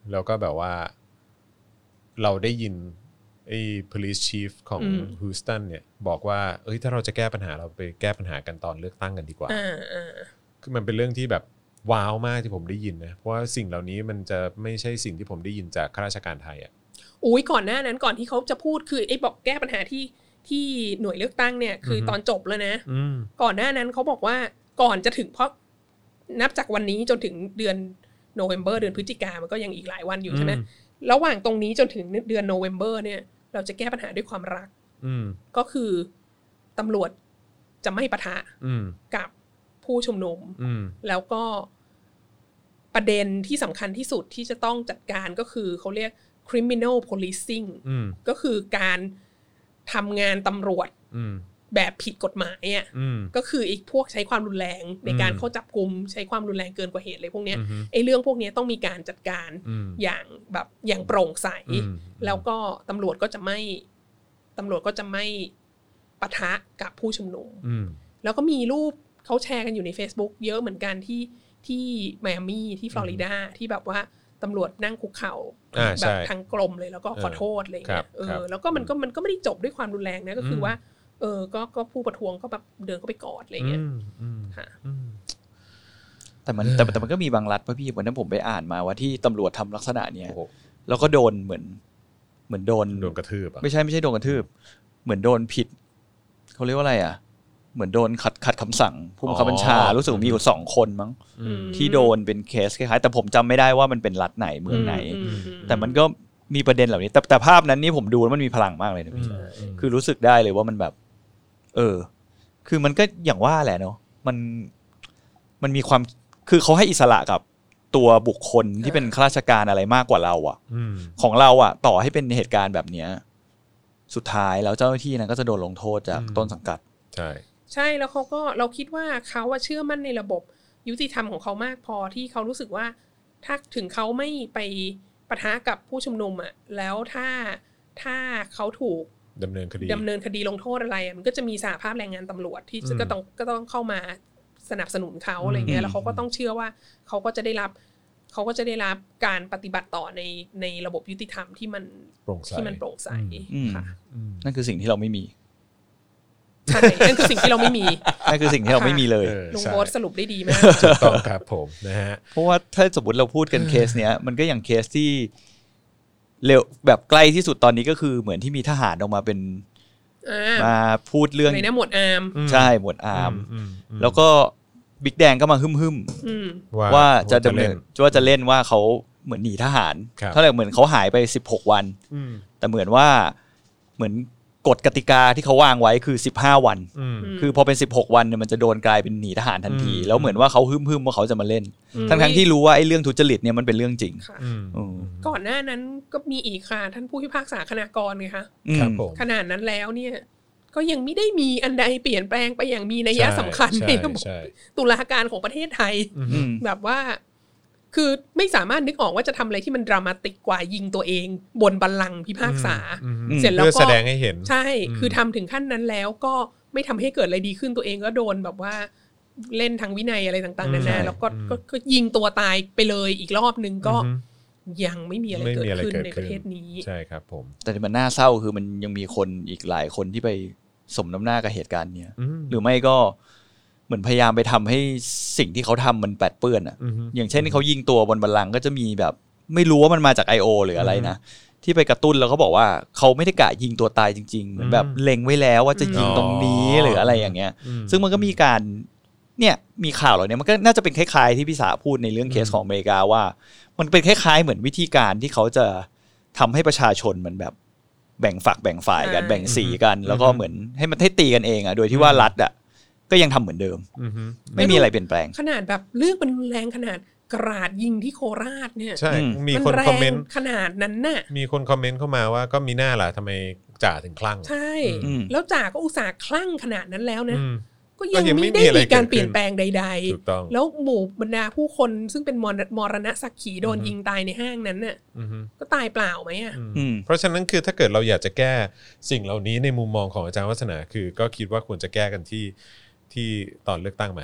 แล้วก็แบบว่าเราได้ยินไอ้ police chief ของฮิวสตันเนี่ยบอกว่าเอ้ยถ้าเราจะแก้ปัญหาเราไปแก้ปัญหากันตอนเลือกตั้งกันดีกว่าคือมันเป็นเรื่องที่แบบว้าวมากที่ผมได้ยินนะเพราะว่าสิ่งเหล่านี้มันจะไม่ใช่สิ่งที่ผมได้ยินจากข้าราชการไทยอ่ะอุ้ยก่อนหน้านั้นก่อนที่เขาจะพูดคือไอ้บอกแก้ปัญหาที่หน่วยเลือกตั้งเนี่ยคือตอนจบแล้วนะก่อนหน้านั้นเขาบอกว่าก่อนจะถึงเพราะนับจากวันนี้จนถึงเดือนโนเวมเบอร์เดือนพฤศจิกามันก็ยังอีกหลายวันอยู่ใช่ไหมระหว่างตรงนี้จนถึงเดือนโนเวมเบอร์เนี่ยเราจะแก้ปัญหาด้วยความรักก็คือตำรวจจะไม่ปะทะกับผู้ชุมนุมแล้วก็ประเด็นที่สำคัญที่สุดที่จะต้องจัดการก็คือเขาเรียก criminal policing ก็คือการทำงานตำรวจแบบผิดกฎหมายอ่ะก็คืออีกพวกใช้ความรุนแรงในการเข้าจับกุมใช้ความรุนแรงเกินกว่าเหตุอะไรพวกนี้ไอ้เรื่องพวกนี้ต้องมีการจัดการอย่างแบบอย่างโปร่งใสแล้วก็ตำรวจก็จะไม่ปะทะกับผู้ชุมนุมแล้วก็มีรูปเขาแชร์กันอยู่ใน Facebook เยอะเหมือนกันที่ไมอามี่ที่ฟลอริดาที่แบบว่าตำรวจนั่งคุกเข่าแบบทางกลมเลยแล้วก็ขอโทษอะไรอย่างเงี้ยแล้วก็มันก็ไม่ได้จบด้วยความรุนแรงนะก็คือว่าก็ผู้ประท้วงก็แบบเดินเข้าไปกอดอะไรเงี้ยค่ะแต่มันก็มีบางรัฐป่ะพี่วันนั้นผมไปอ่านมาว่าที่ตำรวจทำลักษณะเนี้ยแล้วก็โดนเหมือนโดนกระทืบไม่ใช่โดนกระทืบเหมือนโดนผิดเขาเรียกว่าอะไรอ่ะเหมือนโดนขัดคำสั่งผู้บังคับบัญชารู้สึกมีอยู่2คนมั้งที่โดนเป็นเคสคล้ายๆแต่ผมจำไม่ได้ว่ามันเป็นรัฐไหนเมืองไหนแต่มันก็มีประเด็นเหล่านี้แต่ภาพนั้นนี่ผมดูแล้วมันมีพลังมากเลยนะพี่คือรู้สึกได้เลยว่ามันแบบคือมันก็อย่างว่าแหละเนาะมันมีความคือเขาให้อิสระกับตัวบุคคลที่เป็นข้าราชการอะไรมากกว่าเราอ่ะของเราอ่ะต่อให้เป็นเหตุการณ์แบบเนี้ยสุดท้ายแล้วเจ้าหน้าที่นั้นก็จะโดนลงโทษจากต้นสังกัดใช่แล้วเราคิดว่าเขาเชื่อมั่นในระบบยุติธรรมของเขามากพอที่เขารู้สึกว่าถ้าถึงเขาไม่ไปปะทะกับผู้ชุมนุมอ่ะแล้วถ้าเขาถูกดำเนินคดีลงโทษอะไรมันก็จะมีสหภาพแรงงานตำรวจที่ก็ต้องเข้ามาสนับสนุนเขาอะไรเงี้ยแล้วเขาก็ต้องเชื่อว่าเขาก็จะได้รับการปฏิบัติต่อในระบบยุติธรรมที่มันโปร่งใสค่ะนั่นคือสิ่งที่เราไม่มีใช่นั่นคือสิ่งที่เราไม่มีนั่นคือสิ่งที่เราไม่มีเลยลุงโบ๊ทสรุปได้ดีมากถูกต้องครับผมนะฮะเพราะว่าถ้าสมมติเราพูดกันเคสเนี้ยมันก็อย่างเคสที่เร็วแบบใกล้ที่สุดตอนนี้ก็คือเหมือนที่มีทหารออกมาเป็นมาพูดเรื่องในหมวดอาร์มใช่หมวดอาร์มแล้วก็บิ๊กแดงก็มาหึ่มว่าจะดำเนินว่าจะเล่นว่าเขาเหมือนหนีทหารเท่าไหร่เหมือนเขาหายไป16วันแต่เหมือนว่าเหมือนกฎกติกาที่เขาวางไว้คือ15วันคือพอเป็น16วันเนี่ยมันจะโดนกลายเป็นหนีทหารทันทีแล้วเหมือนว่าเขาหึ่มว่าเขาจะมาเล่นทั้งที่รู้ว่าไอ้เรื่องทุจริตเนี่ยมันเป็นเรื่องจริงก่อนหน้านั้นก็มีอีกค่ะท่านผู้พิพากษาคณากรไงคะขนาดนั้นแล้วเนี่ยก็ยังไม่ได้มีอันใดเปลี่ยนแปลงไปอย่างมีนัยสำคัญในระบบตุลาการของประเทศไทยแบบว่าคือไม่สามารถนึกออกว่าจะทำอะไรที่มันดรามาติกกว่ายิงตัวเองบนบัลลังก์พิพากษาเสร็จแล้วก็แสดงให้เห็นใช่คือทำถึงขั้นนั้นแล้วก็ไม่ทำให้เกิดอะไรดีขึ้นตัวเองก็โดนแบบว่าเล่นทางวินัยอะไรต่างๆนานาแล้วก็ยิงตัวตายไปเลยอีกรอบนึงก็ยังไม่มีอะไรเกิดขึ้นในประเทศนี้ใช่ครับผมแต่ที่มันน่าเศร้าคือมันยังมีคนอีกหลายคนที่ไปสมน้ำหน้ากับเหตุการณ์เนี้ยหรือไม่ก็เหมือนพยายามไปทำให้สิ่งที่เขาทำมันแปดเปื้อนอ่ะอย่างเช่นที่เขายิงตัวบนบัลลังก์ก็จะมีแบบไม่รู้ว่ามันมาจาก IO หรืออะไรนะที่ไปกระตุ้นแล้วเขาบอกว่าเขาไม่ได้กะยิงตัวตายจริงๆเหมือนแบบเล็งไว้แล้วว่าจะยิงตรงนี้หรืออะไรอย่างเงี้ยซึ่งมันก็มีการเนี่ยมีข่าวเหล่านี้มันก็น่าจะเป็นคล้ายๆที่พี่สาพูดในเรื่องเคสของอเมริกาว่ามันเป็นคล้ายๆเหมือนวิธีการที่เขาจะทำให้ประชาชนมันแบบแบ่งฝักแบ่งฝ่ายกันแบ่งสีกันแล้วก็เหมือนให้มันให้ตีกันเองอ่ะโดยที่ว่ารัฐอ่ะก็ยังทำเหมือนเดิมไม่มีอะไรเปลี่ยนแปลงขนาดแบบเรื่องมันแรงขนาดกราดยิงที่โคราชเนี่ยใช่มีคนคอมเมนต์ขนาดนั้นน่ะมีคนคอมเมนต์เข้ามาว่าก็มีหน้าล่ะทำไมจ่าถึงคลั่งใช่แล้วจ่าก็อุตส่าห์คลั่งขนาดนั้นแล้วนะก็ยังไม่ได้มีการเปลี่ยนแปลงใดๆแล้วหมู่บรรดาผู้คนซึ่งเป็นมรณะสักขีโดนยิงตายในห้างนั้นน่ะก็ตายเปล่าไหมอ่ะเพราะฉะนั้นคือถ้าเกิดเราอยากจะแก้สิ่งเหล่านี้ในมุมมองของอาจารย์วัฒนาคือก็คิดว่าควรจะแก้กันที่ตอนเลือกตั้งมาฮะ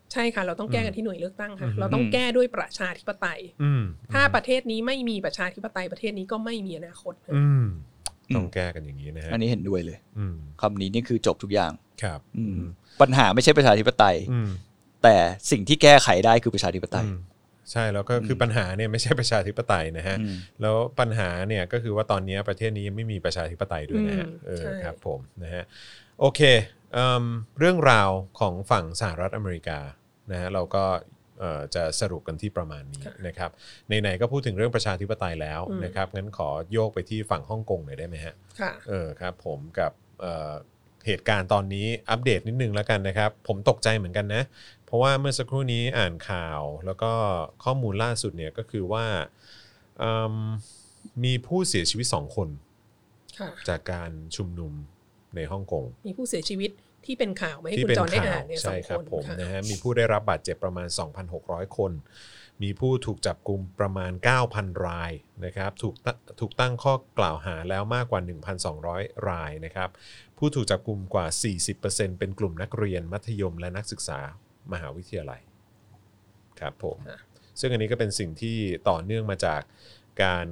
ใช่ค่ะเราต้องแก้กันที่หน่วยเลือกตั้งค่ะเราต้องแก้ด้วยประชาธิปไตยถ้าประเทศนี้ไม่มีประชาธิปไตยประเทศนี้ก็ไม่มีอนาคตต้องแก้กันอย่างนี้นะฮะอันนี้เห็นด้วยเลยคำนี้นี่คือจบทุกอย่างครับปัญหาไม่ใช่ประชาธิปไตยแต่สิ่งที่แก้ไขได้คือประชาธิปไตยใช่แล้วก็คือปัญหาเนี่ยไม่ใช่ประชาธิปไตยนะฮะแล้วปัญหาเนี่ยก็คือว่าตอนนี้ประเทศนี้ยังไม่มีประชาธิปไตยด้วยนะฮะครับผมนะฮะโอเคเรื่องราวของฝั่งสหรัฐอเมริกานะฮะเราก็จะสรุปกันที่ประมาณนี้นะครับไหนๆก็พูดถึงเรื่องประชาธิปไตยแล้วนะครับงั้นขอโยกไปที่ฝั่งฮ่องกงหน่อยได้ไหมฮะครับผมกับเหตุการณ์ตอนนี้อัปเดตนิดนึงแล้วกันนะครับผมตกใจเหมือนกันนะเพราะว่าเมื่อสักครู่นี้อ่านข่าวแล้วก็ข้อมูลล่าสุดเนี่ยก็คือว่ามีผู้เสียชีวิต2คนจากการชุมนุมในฮ่องกงมีผู้เสียชีวิตที่เป็นข่าวไหมคุณจอนได้อ่านเนี่ย2 คนผมนะฮะมีผู้ได้รับบาดเจ็บประมาณ 2,600 คนมีผู้ถูกจับกุมประมาณ 9,000 รายนะครับถูกตั้งข้อกล่าวหาแล้วมากกว่า 1,200 รายนะครับผู้ถูกจับกุมกว่า 40% เป็นกลุ่มนักเรียนมัธยมและนักศึกษามหาวิทยาลัยครับผมซึ่งอันนี้ก็เป็นสิ่งที่ต่อเนื่องมาจากการ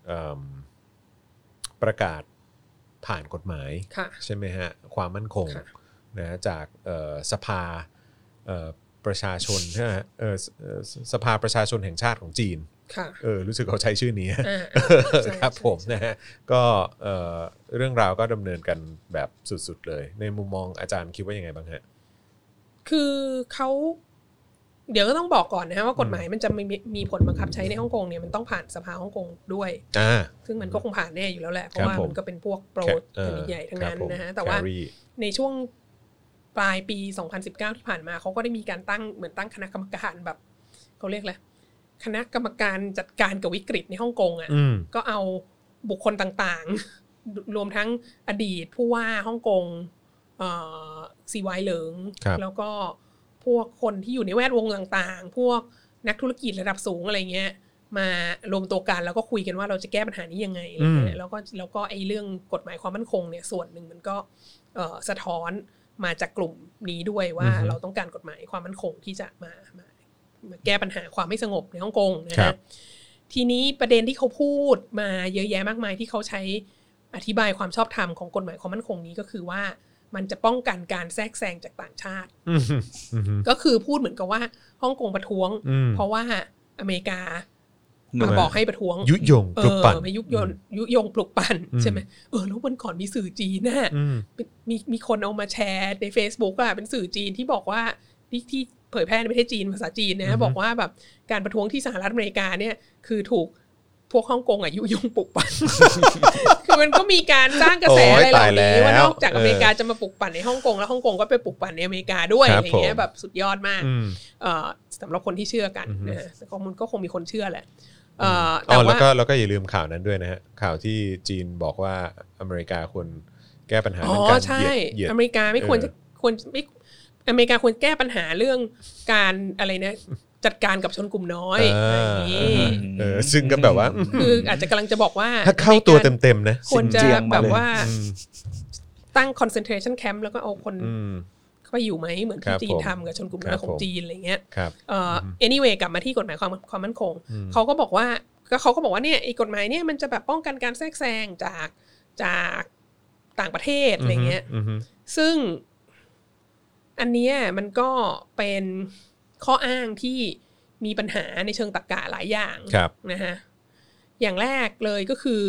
ประกาศผ่านกฎหมายใช่ไหมฮะความมั่นคงนะจากสภาประชาชนใช่ไหมสภาประชาชนแห่งชาติของจีนรู้สึกเขาใช้ชื่อนี้ครับผมนะฮะก็เรื่องราวก็ดำเนินกันแบบสุดๆเลยในมุมมองอาจารย์คิดว่ายังไงบ้างฮะคือเขาเดี๋ยวก็ต้องบอกก่อนนะฮะว่ากฎหมายมันจะมีผลบังคับใช้ในฮ่องกงเนี่ยมันต้องผ่านสภาฮ่องกงด้วยซึ่งมันก็คงผ่านแน่อยู่แล้วแหละเพราะว่ามันก็เป็นพวกโปรใหญ่ทั้งนั้นนะฮะแต่ว่าในช่วงปลายปี2019ที่ผ่านมาเขาก็ได้มีการตั้งคณะกรรมการแบบเขาเรียกอะไรคณะกรรมการจัดการกับวิกฤตในฮ่องกงอ่ะก็เอาบุคคลต่างๆรวมทั้งอดีตผู้ว่าฮ่องกงซีวายเหลิงแล้วก็พวกคนที่อยู่ในแวดวงต่างๆพวกนักธุรกิจระดับสูงอะไรเงี้ยมารวมตัวกันแล้วก็คุยกันว่าเราจะแก้ปัญหานี้ยังไงอะไรเงี้ยแล้วก็ไอ้เรื่องกฎหมายความมั่นคงเนี่ยส่วนหนึ่งมันก็สะท้อนมาจากกลุ่มนี้ด้วยว่าเราต้องการกฎหมายความมั่นคงที่จะมาแก้ปัญหาความไม่สงบในฮ่องกงนะฮะทีนี้ประเด็นที่เขาพูดมาเยอะแยะมากมายที่เขาใช้อธิบายความชอบธรรมของกฎหมายความมั่นคงนี้ก็คือว่ามันจะป้องกันการแทรกแซงจากต่างชาติก็คือพูดเหมือนกับว่าฮ่องกงประท้วงเพราะว่าอเมริกามาบอกให้ประท้วงยุยงปลุกปั่นไม่ยุยงปลุกปั่นใช่ไหมแล้ววันก่อนมีสื่อจีนน่ะมีคนเอามาแชร์ใน Facebook อ่ะเป็นสื่อจีนที่บอกว่าที่เผยแพร่ในประเทศจีนภาษาจีนนะบอกว่าแบบการประท้วงที่สหรัฐอเมริกาเนี่ยคือถูกพวกฮ่องกงยุยงปลุกปั่น คือมันก็มีการสร้างกระแสอะไรเหล่านี้ว่านอกจากอเมริกาจะมาปลุกปั่นในฮ่องกงแล้วฮ่องกงก็ไปปลุกปั่นในอเมริกาด้วยอะไรเงี้ยแบบสุดยอดมากสำหรับคนที่เชื่อกันนะแต่ก็คงมีคนเชื่อแหละแต่ว่าแล้วก็อย่าลืมข่าวนั้นด้วยนะฮะข่าวที่จีนบอกว่าอเมริกาควรแก้ปัญหาเรื่องการเหยียดอเมริกาไม่ควรไม่อเมริกาควรแก้ปัญหาเรื่องการอะไรนะจัดการกับชนกลุ่มน้อยอะไรอย่างนี้ซึ่งก็แบบว่าคืออาจจะกำลังจะบอกว่าถ้าเข้าตัวเต็มๆนะควรจะแบบว่าตั้ง concentration camp แล้วก็เอาคนเข้าไปอยู่ไหมเหมือนที่จีนทำกับชนกลุ่มน้อยของจีนอะไรเงี้ยanyway กลับมาที่กฎหมายความมั่นคงเขาก็บอกว่าเนี่ยไอ้กฎหมายเนี่ยมันจะแบบป้องกันการแทรกแซงจากต่างประเทศอะไรเงี้ยซึ่งอันเนี้ยมันก็เป็นข้ออ้างที่มีปัญหาในเชิงตรรกะหลายอย่างนะฮะอย่างแรกเลยก็คือ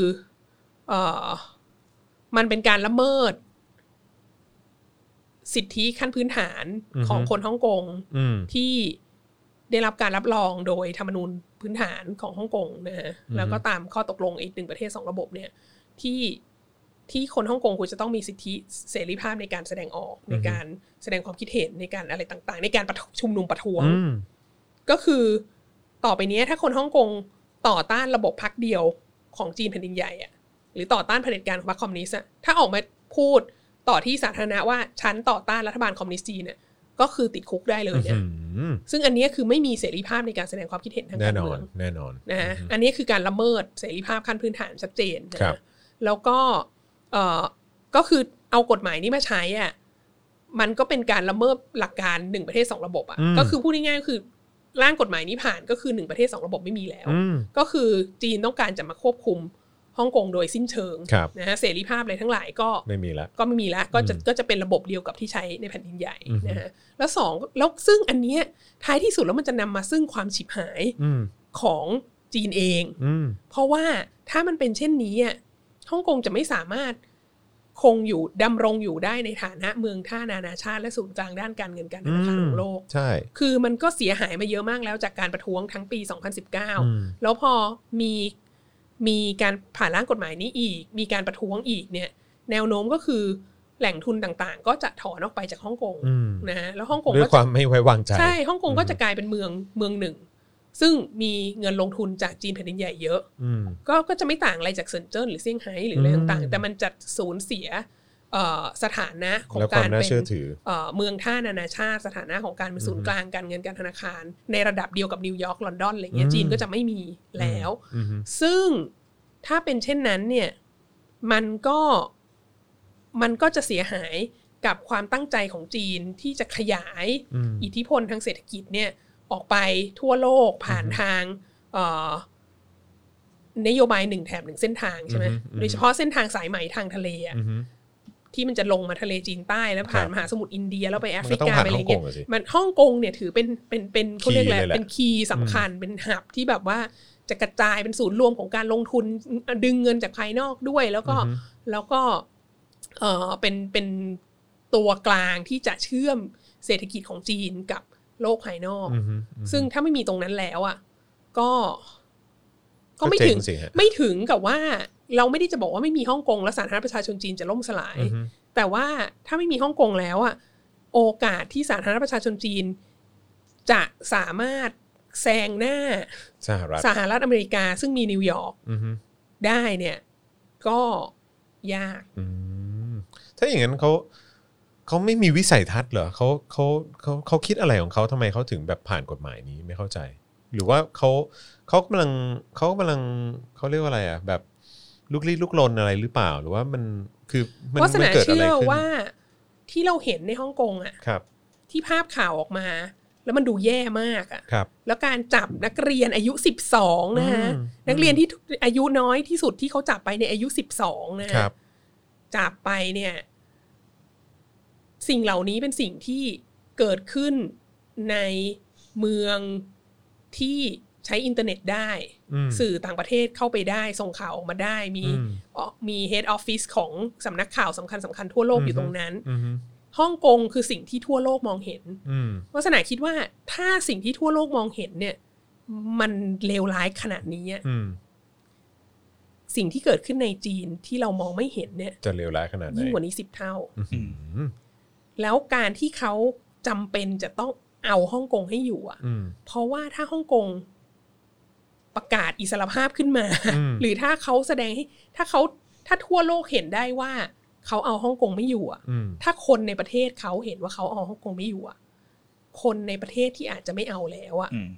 มันเป็นการละเมิดสิทธิขั้นพื้นฐานของคนฮ่องกงที่ได้รับการรับรองโดยธรรมนูญพื้นฐานของฮ่องกงนะฮะแล้วก็ตามข้อตกลงอีก1ประเทศ2ระบบเนี่ยที่คนฮ่องกงควรจะต้องมีสิทธิเสรีภาพในการแสดงออกในการแสดงความคิดเห็นในการอะไรต่างๆในการชุมนุมประท้วงก็คือต่อไปนี้ถ้าคนฮ่องกงต่อต้านระบบพรรคเดียวของจีนแผ่นดินใหญ่อะหรือต่อต้านเผด็จการของพรรคคอมมิวนิสต์อะถ้าออกมาพูดต่อที่สาธารณะว่าฉันต่อต้านรัฐบาลคอมมิวนิสต์จีนเนี่ยก็คือติดคุกได้เลยเนี่ยซึ่งอันนี้คือไม่มีเสรีภาพในการแสดงความคิดเห็นทางการเมืองแน่นอนนะฮะอันนี้คือการละเมิดเสรีภาพขั้นพื้นฐานชัดเจนนะแล้วก็คือเอากฎหมายนี้มาใช้อ่ะมันก็เป็นการละเมิดหลักการ1ประเทศ2ระบบอ่ะก็คือพูดง่ายๆคือร่างกฎหมายนี้ผ่านก็คือ1ประเทศ2ระบบไม่มีแล้วก็คือจีนต้องการจะมาควบคุมฮ่องกงโดยสิ้นเชิงนะฮะเสรีภาพอะไรทั้งหลายก็ไม่มีแล้วก็จะเป็นระบบเดียวกับที่ใช้ในแผ่นดินใหญ่นะฮะแล้ว2แล้วซึ่งอันเนี้ยท้ายที่สุดแล้วมันจะนำมาซึ่งความฉิบหายของจีนเองเพราะว่าถ้ามันเป็นเช่นนี้อ่ะฮ่องกงจะไม่สามารถคงอยู่ดำรงอยู่ได้ในฐานะเมืองท่านานาชาติและศูนย์กลางด้านการเงินการธนาคารของโลกใช่คือมันก็เสียหายมาเยอะมากแล้วจากการประท้วงทั้งปี2019แล้วพอมีการผ่านร่างกฎหมายนี้อีกมีการประท้วงอีกเนี่ยแนวโน้มก็คือแหล่งทุนต่างๆก็จะถอนออกไปจากฮ่องกงนะแล้วฮ่องกงด้วยความไม่ไว้วางใจใช่ฮ่องกงก็จะกลายเป็นเมืองหนึ่งซึ่งมีเงินลงทุนจากจีนแผ่นดินใหญ่เยอะก็จะไม่ต่างอะไรจากเซินเจิ้นหรือเซี่ยงไฮ้หรืออะไรต่างๆแต่มันจะสูญเสียสถานะของการเป็นเมืองท่านานาชาติสถานะของการเป็นศูนย์กลางการเงินการธนาคารในระดับเดียวกับนิวยอร์กลอนดอนอะไรเงี้ยจีนก็จะไม่มีแล้วซึ่งถ้าเป็นเช่นนั้นเนี่ยมันก็จะเสียหายกับความตั้งใจของจีนที่จะขยายอิทธิพลทางเศรษฐกิจเนี่ยออกไปทั่วโลกผ่านทางนโยบาย1 แถบ 1เส้นทางใช่ไหมโดยเฉพาะเส้นทางสายไหมทางทะเลอ่ะที่มันจะลงมาทะเลจีนใต้แล้วผ่านมหาสมุทรอินเดียแล้วไปแอฟริกาไปอะไรเงี้ยมันฮ่องกงเนี่ยถือเป็นเขาเรียกอะไรเป็นคีย์สำคัญเป็นหับที่แบบว่าจะกระจายเป็นศูนย์รวมของการลงทุนดึงเงินจากภายนอกด้วยแล้วก็เป็นตัวกลางที่จะเชื่อมเศรษฐกิจของจีนกับโลกภายนอกซึ่งถ้าไม่มีตรงนั้นแล้วอ่ะก็ไม่ถึงกับว่าเราไม่ได้จะบอกว่าไม่มีฮ่องกงและสาธารณรัฐประชาชนจีนจะล่มสลายแต่ว่าถ้าไม่มีฮ่องกงแล้วอ่ะโอกาสที่สาธารณรัฐประชาชนจีนจะสามารถแซงหน้าสหรัฐอเมริกาซึ่งมีนิวยอร์กได้เนี่ยก็ยากถ้าอย่างนั้นเขาไม่มีวิสัยทัศน์เหรอเขาคิดอะไรของเขาทำไมเขาถึงแบบผ่านกฎหมายนี้ไม่เข้าใจหรือว่าเขากำลังเขาเรียกว่าอะไรอ่ะแบบลุกลี้ลุกลนอะไรหรือเปล่าหรือว่ามันคือมันเกิดอะไรขึ้นวาสนาเชื่อว่าที่เราเห็นในฮ่องกงอ่ะที่ภาพข่าวออกมาแล้วมันดูแย่มากอ่ะแล้วการจับนักเรียนอายุ12นะฮะนักเรียนที่อายุน้อยที่สุดที่เขาจับไปในอายุ12นะจับไปเนี่ยสิ่งเหล่านี้เป็นสิ่งที่เกิดขึ้นในเมืองที่ใช้อินเทอร์เน็ตได้สื่อต่างประเทศเข้าไปได้ส่งข่าวออกมาได้มี head office ของสำนักข่าวสำคัญทั่วโลกอยู่ตรงนั้นฮ่องกงคือสิ่งที่ทั่วโลกมองเห็นวาสนาคิดว่าถ้าสิ่งที่ทั่วโลกมองเห็นเนี่ยมันเลวร้ายขนาดนี้สิ่งที่เกิดขึ้นในจีนที่เรามองไม่เห็นเนี่ยจะเลวร้ายขนาดไหนยิ่งกว่านี้10 เท่าแล้วการที่เขาจำเป็นจะต้องเอาฮ่องกงให้อยู่เพราะว่าถ้าฮ่องกงประกาศอิสรภาพขึ้นมาหรือถ้าเขาแสดงให้ถ้าทั่วโลกเห็นได้ว่าเขาเอาฮ่องกงไม่อยู่ถ้าคนในประเทศเขาเห็นว่าเขาเอาฮ่องกงไม่อยู่คนในประเทศที่อาจจะไม่เอาแล้ว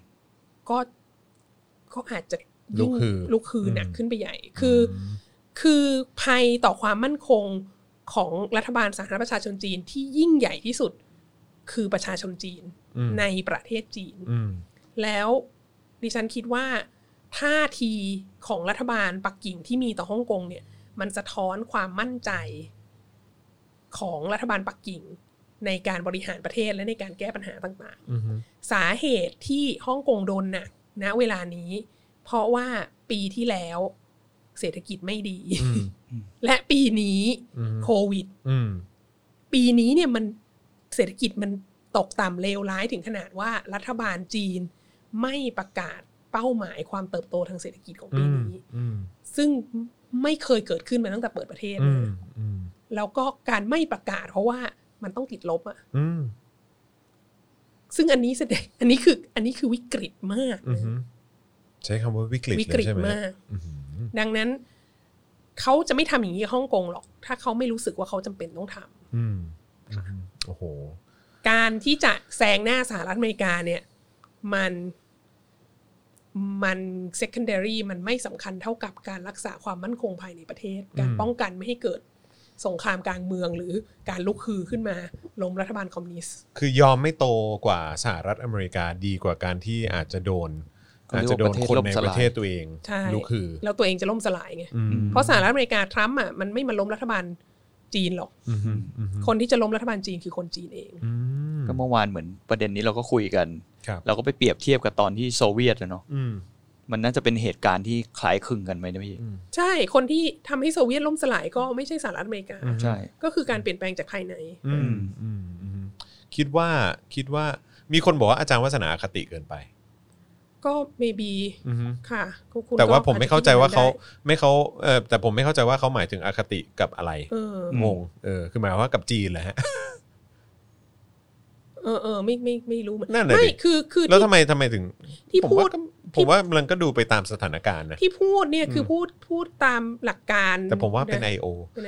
ก็อาจจะลุกฮือหนักขึ้นไปใหญ่คือภัยต่อความมั่นคงของรัฐบาลสาธารณรัฐประชาชนจีนที่ยิ่งใหญ่ที่สุดคือประชาชนจีนในประเทศจีนแล้วดิฉันคิดว่าท่าทีของรัฐบาลปักกิ่งที่มีต่อฮ่องกงเนี่ยมันสะท้อนความมั่นใจของรัฐบาลปักกิ่งในการบริหารประเทศและในการแก้ปัญหาต่างๆสาเหตุที่ฮ่องกงโดนหนักณเวลานี้เพราะว่าปีที่แล้วเศรษฐกิจไม่ดีและปีนี้โควิดปีนี้เนี่ยมันเศรษฐกิจมันตกต่ำเลวร้ายถึงขนาดว่ารัฐบาลจีนไม่ประกาศเป้าหมายความเติบโตทางเศรษฐกิจของปีนี้ซึ่งไม่เคยเกิดขึ้นมาตั้งแต่เปิดประเทศเลยแล้วก็การไม่ประกาศเพราะว่ามันต้องติดลบซึ่งอันนี้คือวิกฤตมากใช้คำว่าวิกฤตใช่ไหมมากดังนั้นเขาจะไม่ทำอย่างนี้กับฮ่องกงหรอกถ้าเขาไม่รู้สึกว่าเขาจำเป็นต้องทำโอ้โหการที่จะแซงหน้าสหรัฐอเมริกาเนี่ยมัน secondary มันไม่สำคัญเท่ากับการรักษาความมั่นคงภายในประเทศการป้องกันไม่ให้เกิดสงครามกลางเมืองหรือการลุกฮือขึ้นมาล้มรัฐบาลคอมมิวนิสต์คือยอมไม่โตกว่าสหรัฐอเมริกาดีกว่าการที่อาจจะโดนคนในประเทศตัวเองลุกฮือแล้วตัวเองจะล่มสลายไงเพราะสหรัฐอเมริกาทรัมป์อ่ะมันไม่มาล้มรัฐบาลจีนหรอกคนที่จะล้มรัฐบาลจีนคือคนจีนเองก็เมื่อวานเหมือนประเด็นนี้เราก็คุยกันเราก็ไปเปรียบเทียบกับตอนที่โซเวียตนะเนาะมันน่าจะเป็นเหตุการณ์ที่คล้ายคลึงกันไหมนะพี่ใช่คนที่ทำให้โซเวียตล่มสลายก็ไม่ใช่สหรัฐอเมริกาใช่ก็คือการเปลี่ยนแปลงจากภายในคิดว่ามีคนบอกว่าอาจารย์วาสนาอคติเกินไปก็ maybe ค่ะแต่ว่าผมไม่เข้าใจว่าเขาแต่ผมไม่เข้าใจว่าเขาหมายถึงอคติกับอะไรงงคือหมายว่ากับจีนแหละฮะไม่รู้เหมือนไม่คือแล้วทำไมถึงที่พูดผมว่ามันก็ดูไปตามสถานการณ์นะที่พูดเนี่ยคือพูดตามหลักการแต่ผมว่าเป็น IO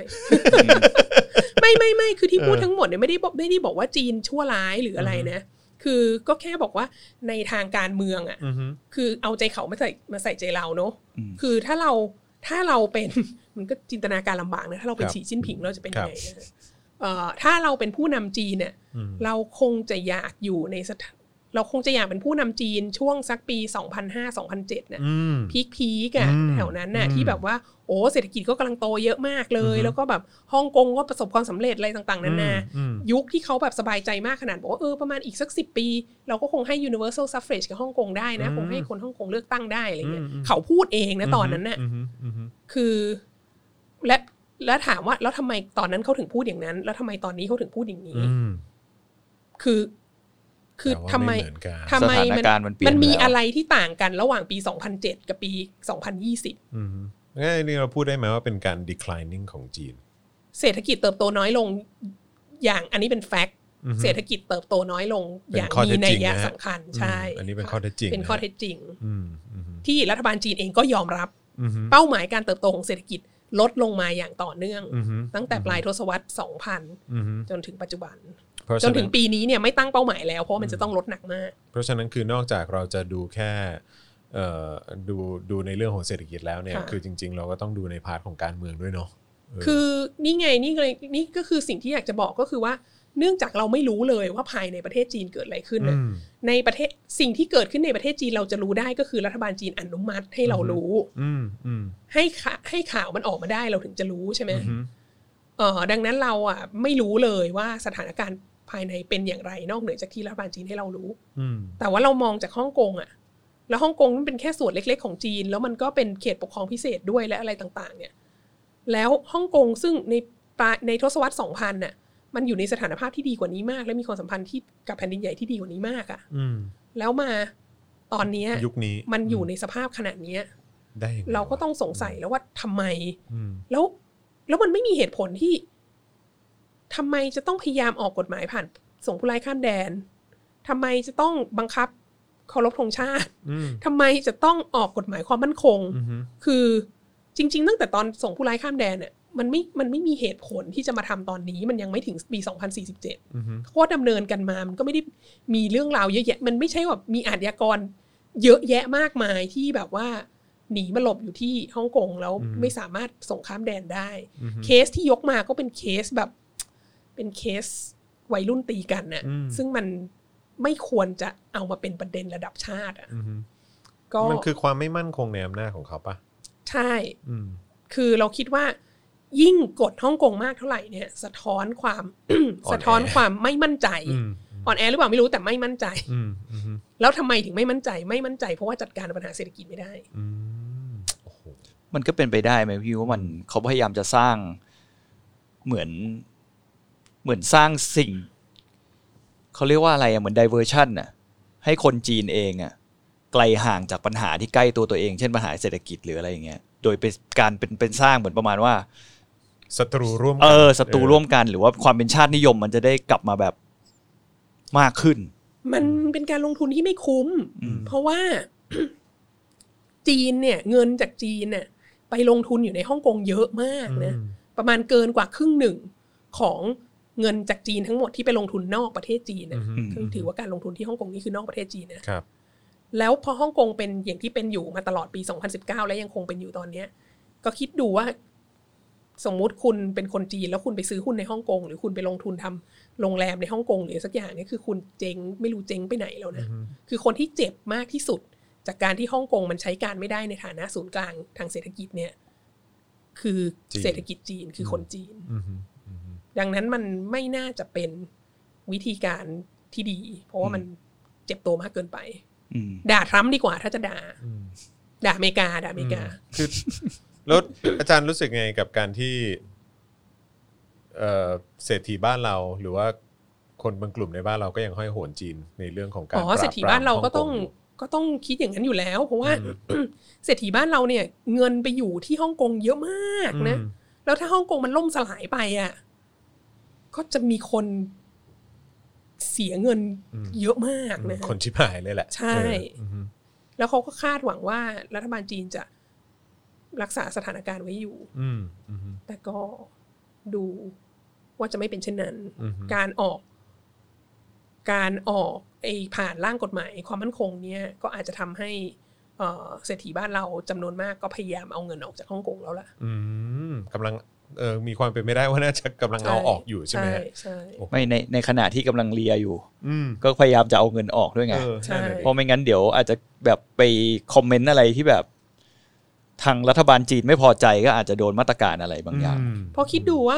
ไม่คือที่พูดทั้งหมดเนี่ยไม่ได้บอกว่าจีนชั่วร้ายหรืออะไรนะคือก็แค่บอกว่าในทางการเมืองอ่ะคือเอาใจเขามาใส่ใจเราเนาะคือถ้าเราเป็นมันก็จินตนาการลำบากนะถ้าเราเป็นสีจิ้นผิงเราจะเป็นยังไงถ้าเราเป็นผู้นำจีนเนี่ยเราคงจะอยากอยู่ในเราคงจะอยากเป็นผู้นำจีนช่วงสักปี 2005-2007 น่ะพีคอ่ะแถวนั้นน่ะที่แบบว่าโอ้เศรษฐกิจก็กำลังโตเยอะมากเลยแล้วก็แบบฮ่องกงก็ประสบความสำเร็จอะไรต่างๆนานายุคที่เขาแบบสบายใจมากขนาดบอกว่าประมาณอีกสัก10 ปีเราก็คงให้ universal suffrage กับฮ่องกงได้นะคงให้คนฮ่องกงเลือกตั้งได้อะไรเงี้ยเขาพูดเองนะตอนนั้นน่ะคือและถามว่าแล้วทำไมตอนนั้นเขาถึงพูดอย่างนั้นแล้วทำไมตอนนี้เขาถึงพูดอย่างนี้คือทำไมมันมีอะไรที่ต่างกันระหว่างปี 2007 กับปี 2020 นี่เราพูดได้ไหมว่าเป็นการ declining ของจีนเศรษฐกิจเติบโตน้อยลงอย่างอันนี้เป็นแฟกต์เศรษฐกิจเติบโตน้อยลงอย่างมีนัยสำคัญใช่อันนี้เป็นข้อเท็จจริงเป็นข้อเท็จจริงที่รัฐบาลจีนเองก็ยอมรับเป้าหมายการเติบโตของเศรษฐกิจลดลงมาอย่างต่อเนื่องตั้งแต่ปลายทศวรรษ 2000 จนถึงปัจจุบันจนถึงปีนี้เนี่ยไม่ตั้งเป้าหมายแล้วเพราะมันจะต้องลดหนักมากเพราะฉะนั้นคือนอกจากเราจะดูแค่ดูในเรื่องของเศรษฐกิจแล้วเนี่ยคือจริงๆเราก็ต้องดูในพาร์ทของการเมืองด้วยเนาะคือนี่ก็คือสิ่งที่อยากจะบอกก็คือว่าเนื่องจากเราไม่รู้เลยว่าภายในประเทศจีนเกิดอะไรขึ้นในประเทศสิ่งที่เกิดขึ้นในประเทศจีนเราจะรู้ได้ก็คือรัฐบาลจีนอนุมัติให้เรารู้ให้ข่าวมันออกมาได้เราถึงจะรู้ใช่ไหมดังนั้นเราอ่ะไม่รู้เลยว่าสถานการณ์ภายในเป็นอย่างไรนอกเหนือจากที่รัฐบาลจีนให้เรารู้แต่ว่าเรามองจากฮ่องกงอ่ะแล้วฮ่องกงมันเป็นแค่ส่วนเล็กๆของจีนแล้วมันก็เป็นเขตปกครองพิเศษด้วยและอะไรต่างๆเนี่ยแล้วฮ่องกงซึ่งในทศวรรษ 2000 น่ะมันอยู่ในสถานภาพที่ดีกว่านี้มากและมีความสัมพันธ์ที่กับแผ่นดินใหญ่ที่ดีกว่านี้มากอ่ะแล้วมาตอนนี้ยุคนี้มันอยู่ในสภาพขนาดนี้เราก็ต้องสงสัยแล้วว่าทำไมแล้วมันไม่มีเหตุผลที่ทำไมจะต้องพยายามออกกฎหมายผ่านส่งผู้ร้ายข้ามแดนทำไมจะต้องบังคับเคารพธงชาติทำไมจะต้องออกกฎหมายความมั่นคงคือจริงๆตั้งแต่ตอนส่งผู้ร้ายข้ามแดนเนี่ยมันไม่มีเหตุผลที่จะมาทำตอนนี้มันยังไม่ถึงปี 2047เพราะดำเนินกันมามันก็ไม่ได้มีเรื่องราวเยอะแยะมันไม่ใช่แบบมีอาชญากรเยอะแยะมากมายที่แบบว่าหนีมาหลบอยู่ที่ฮ่องกงแล้วไม่สามารถส่งข้ามแดนได้เคสที่ยกมาก็เป็นเคสแบบเป็นเคสวัยรุ่นตีกันน่ะซึ่งมันไม่ควรจะเอามาเป็นประเด็นระดับชาติอ่ะก็มันคือความไม่มั่นคงในอำนาจของเขาปะใช่คือเราคิดว่ายิ่งกดฮ่องกงมากเท่าไหร่เนี่ยสะท้อนความสะท้อนความไม่มั่นใจอ่อนแอหรือเปล่าไม่รู้แต่ไม่มั่นใจแล้วทำไมถึงไม่มั่นใจเพราะว่าจัดการปัญหาเศรษฐกิจไม่ได้มันก็เป็นไปได้ไหมพี่ว่ามันเขาพยายามจะสร้างเหมือนสร้างสิ่งเขาเรียกว่าอะไรอ่ะเหมือน diversion น่ะให้คนจีนเองอ่ะไกลห่างจากปัญหาที่ใกล้ตัวเองเช่นปัญหาเศรษฐกิจหรืออะไรอย่างเงี้ยโดยเป็นการเป็นสร้างเหมือนประมาณว่าศัตรูร่วมศัตรูร่วมกันหรือว่าความเป็นชาตินิยมมันจะได้กลับมาแบบมากขึ้นมันเป็นการลงทุนที่ไม่คุ้มเพราะว่าจีนเนี่ยเงินจากจีนเนี่ยไปลงทุนอยู่ในฮ่องกงเยอะมากนะประมาณเกินกว่าครึ่งหนึ่งของเงินจากจีนทั้งหมดที่ไปลงทุนนอกประเทศจีนนะคือถือว่าการลงทุนที่ฮ่องกงนี่คือนอกประเทศจีนนะครับแล้วพอฮ่องกงเป็นอย่างที่เป็นอยู่มาตลอดปี 2019 และยังคงเป็นอยู่ตอนนี้ก็คิดดูว่าสมมุติคุณเป็นคนจีนแล้วคุณไปซื้อหุ้นในฮ่องกงหรือคุณไปลงทุนทำโรงแรมในฮ่องกงหรือสักอย่างเนี่ยคือคุณเจ๊งไม่รู้เจ๊งไปไหนแล้วนะคือคนที่เจ็บมากที่สุดจากการที่ฮ่องกงมันใช้การไม่ได้ในฐานะศูนย์กลางทางเศรษฐกิจเนี่ยคือเศรษฐกิจจีนคือคนจีนดังนั้นมันไม่น่าจะเป็นวิธีการที่ดีเพราะว่ามันเจ็บตัวมากเกินไปด่าทรัมป์ดีกว่าถ้าจะด่าอเมริกาคือแล้วอาจารย์รู้สึกไงกับการที่เศรษฐีบ้านเราหรือว่าคนบางกลุ่มในบ้านเราก็ยังห้อยโหนจีนในเรื่องของการปราบปรามเศรษฐีบ้านเราก็ต้องคิดอย่างนั้นอยู่แล้วเพราะว่าเศรษฐีบ้านเราเนี่ยเงินไปอยู่ที่ฮ่องกงเยอะมากนะแล้วถ้าฮ่องกงมันล่มสลายไปอ่ะก็จะมีคนเสียเงินเยอะมากนะคนชิบหายเลยแหละใช่แล้วเขาก็คาดหวังว่ารัฐบาลจีนจะรักษาสถานการณ์ไว้อยู่แต่ก็ดูว่าจะไม่เป็นเช่นนั้นการออกผ่านร่างกฎหมายความมั่นคงเนี่ยก็อาจจะทำให้เศรษฐีบ้านเราจำนวนมากก็พยายามเอาเงินออกจากฮ่องกงแล้วล่ะกำลังมีความเป็นไม่ได้ว่าน่าจะกำลังเอาออกอยู่ใช่ไหมใช่ไม่ในขณะที่กำลังเลียอยู่ก็พยายามจะเอาเงินออกด้วยไงเพราะไม่งั้นเดี๋ยวอาจจะแบบไปคอมเมนต์อะไรที่แบบทางรัฐบาลจีนไม่พอใจก็อาจจะโดนมาตรการอะไรบางอย่างพอคิดดูว่า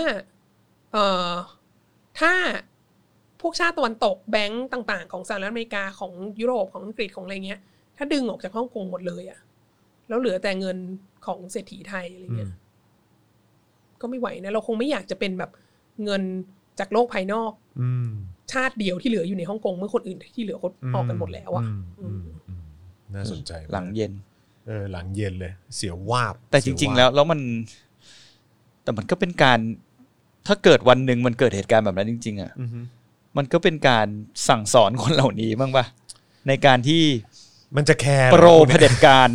ถ้าพวกชาติตะวันตกแบงก์ต่างๆของสหรัฐอเมริกาของยุโรปของอังกฤษของอะไรเงี้ยถ้าดึงออกจากฮ่องกงหมดเลยอะแล้วเหลือแต่เงินของเศรษฐีไทยอะไรเงี้ยก็ไม่ไหวนะเราคงไม่อยากจะเป็นแบบเงินจากโลกภายนอกชาติเดียวที่เหลืออยู่ในฮ่องกงเมื่อคนอื่นที่เหลือเขาออกกันหมดแล้วอะน่าสนใจหลังเย็นหลังเย็นเลยเสียววาบแต่จริงๆแล้วมันก็เป็นการถ้าเกิดวันหนึ่งมันเกิดเหตุการณ์แบบนั้นจริงๆอ่ะมันก็เป็นการสั่งสอนคนเหล่านี้บ้างป่ะในการที่มันจะแคร์โปรเผด็จการ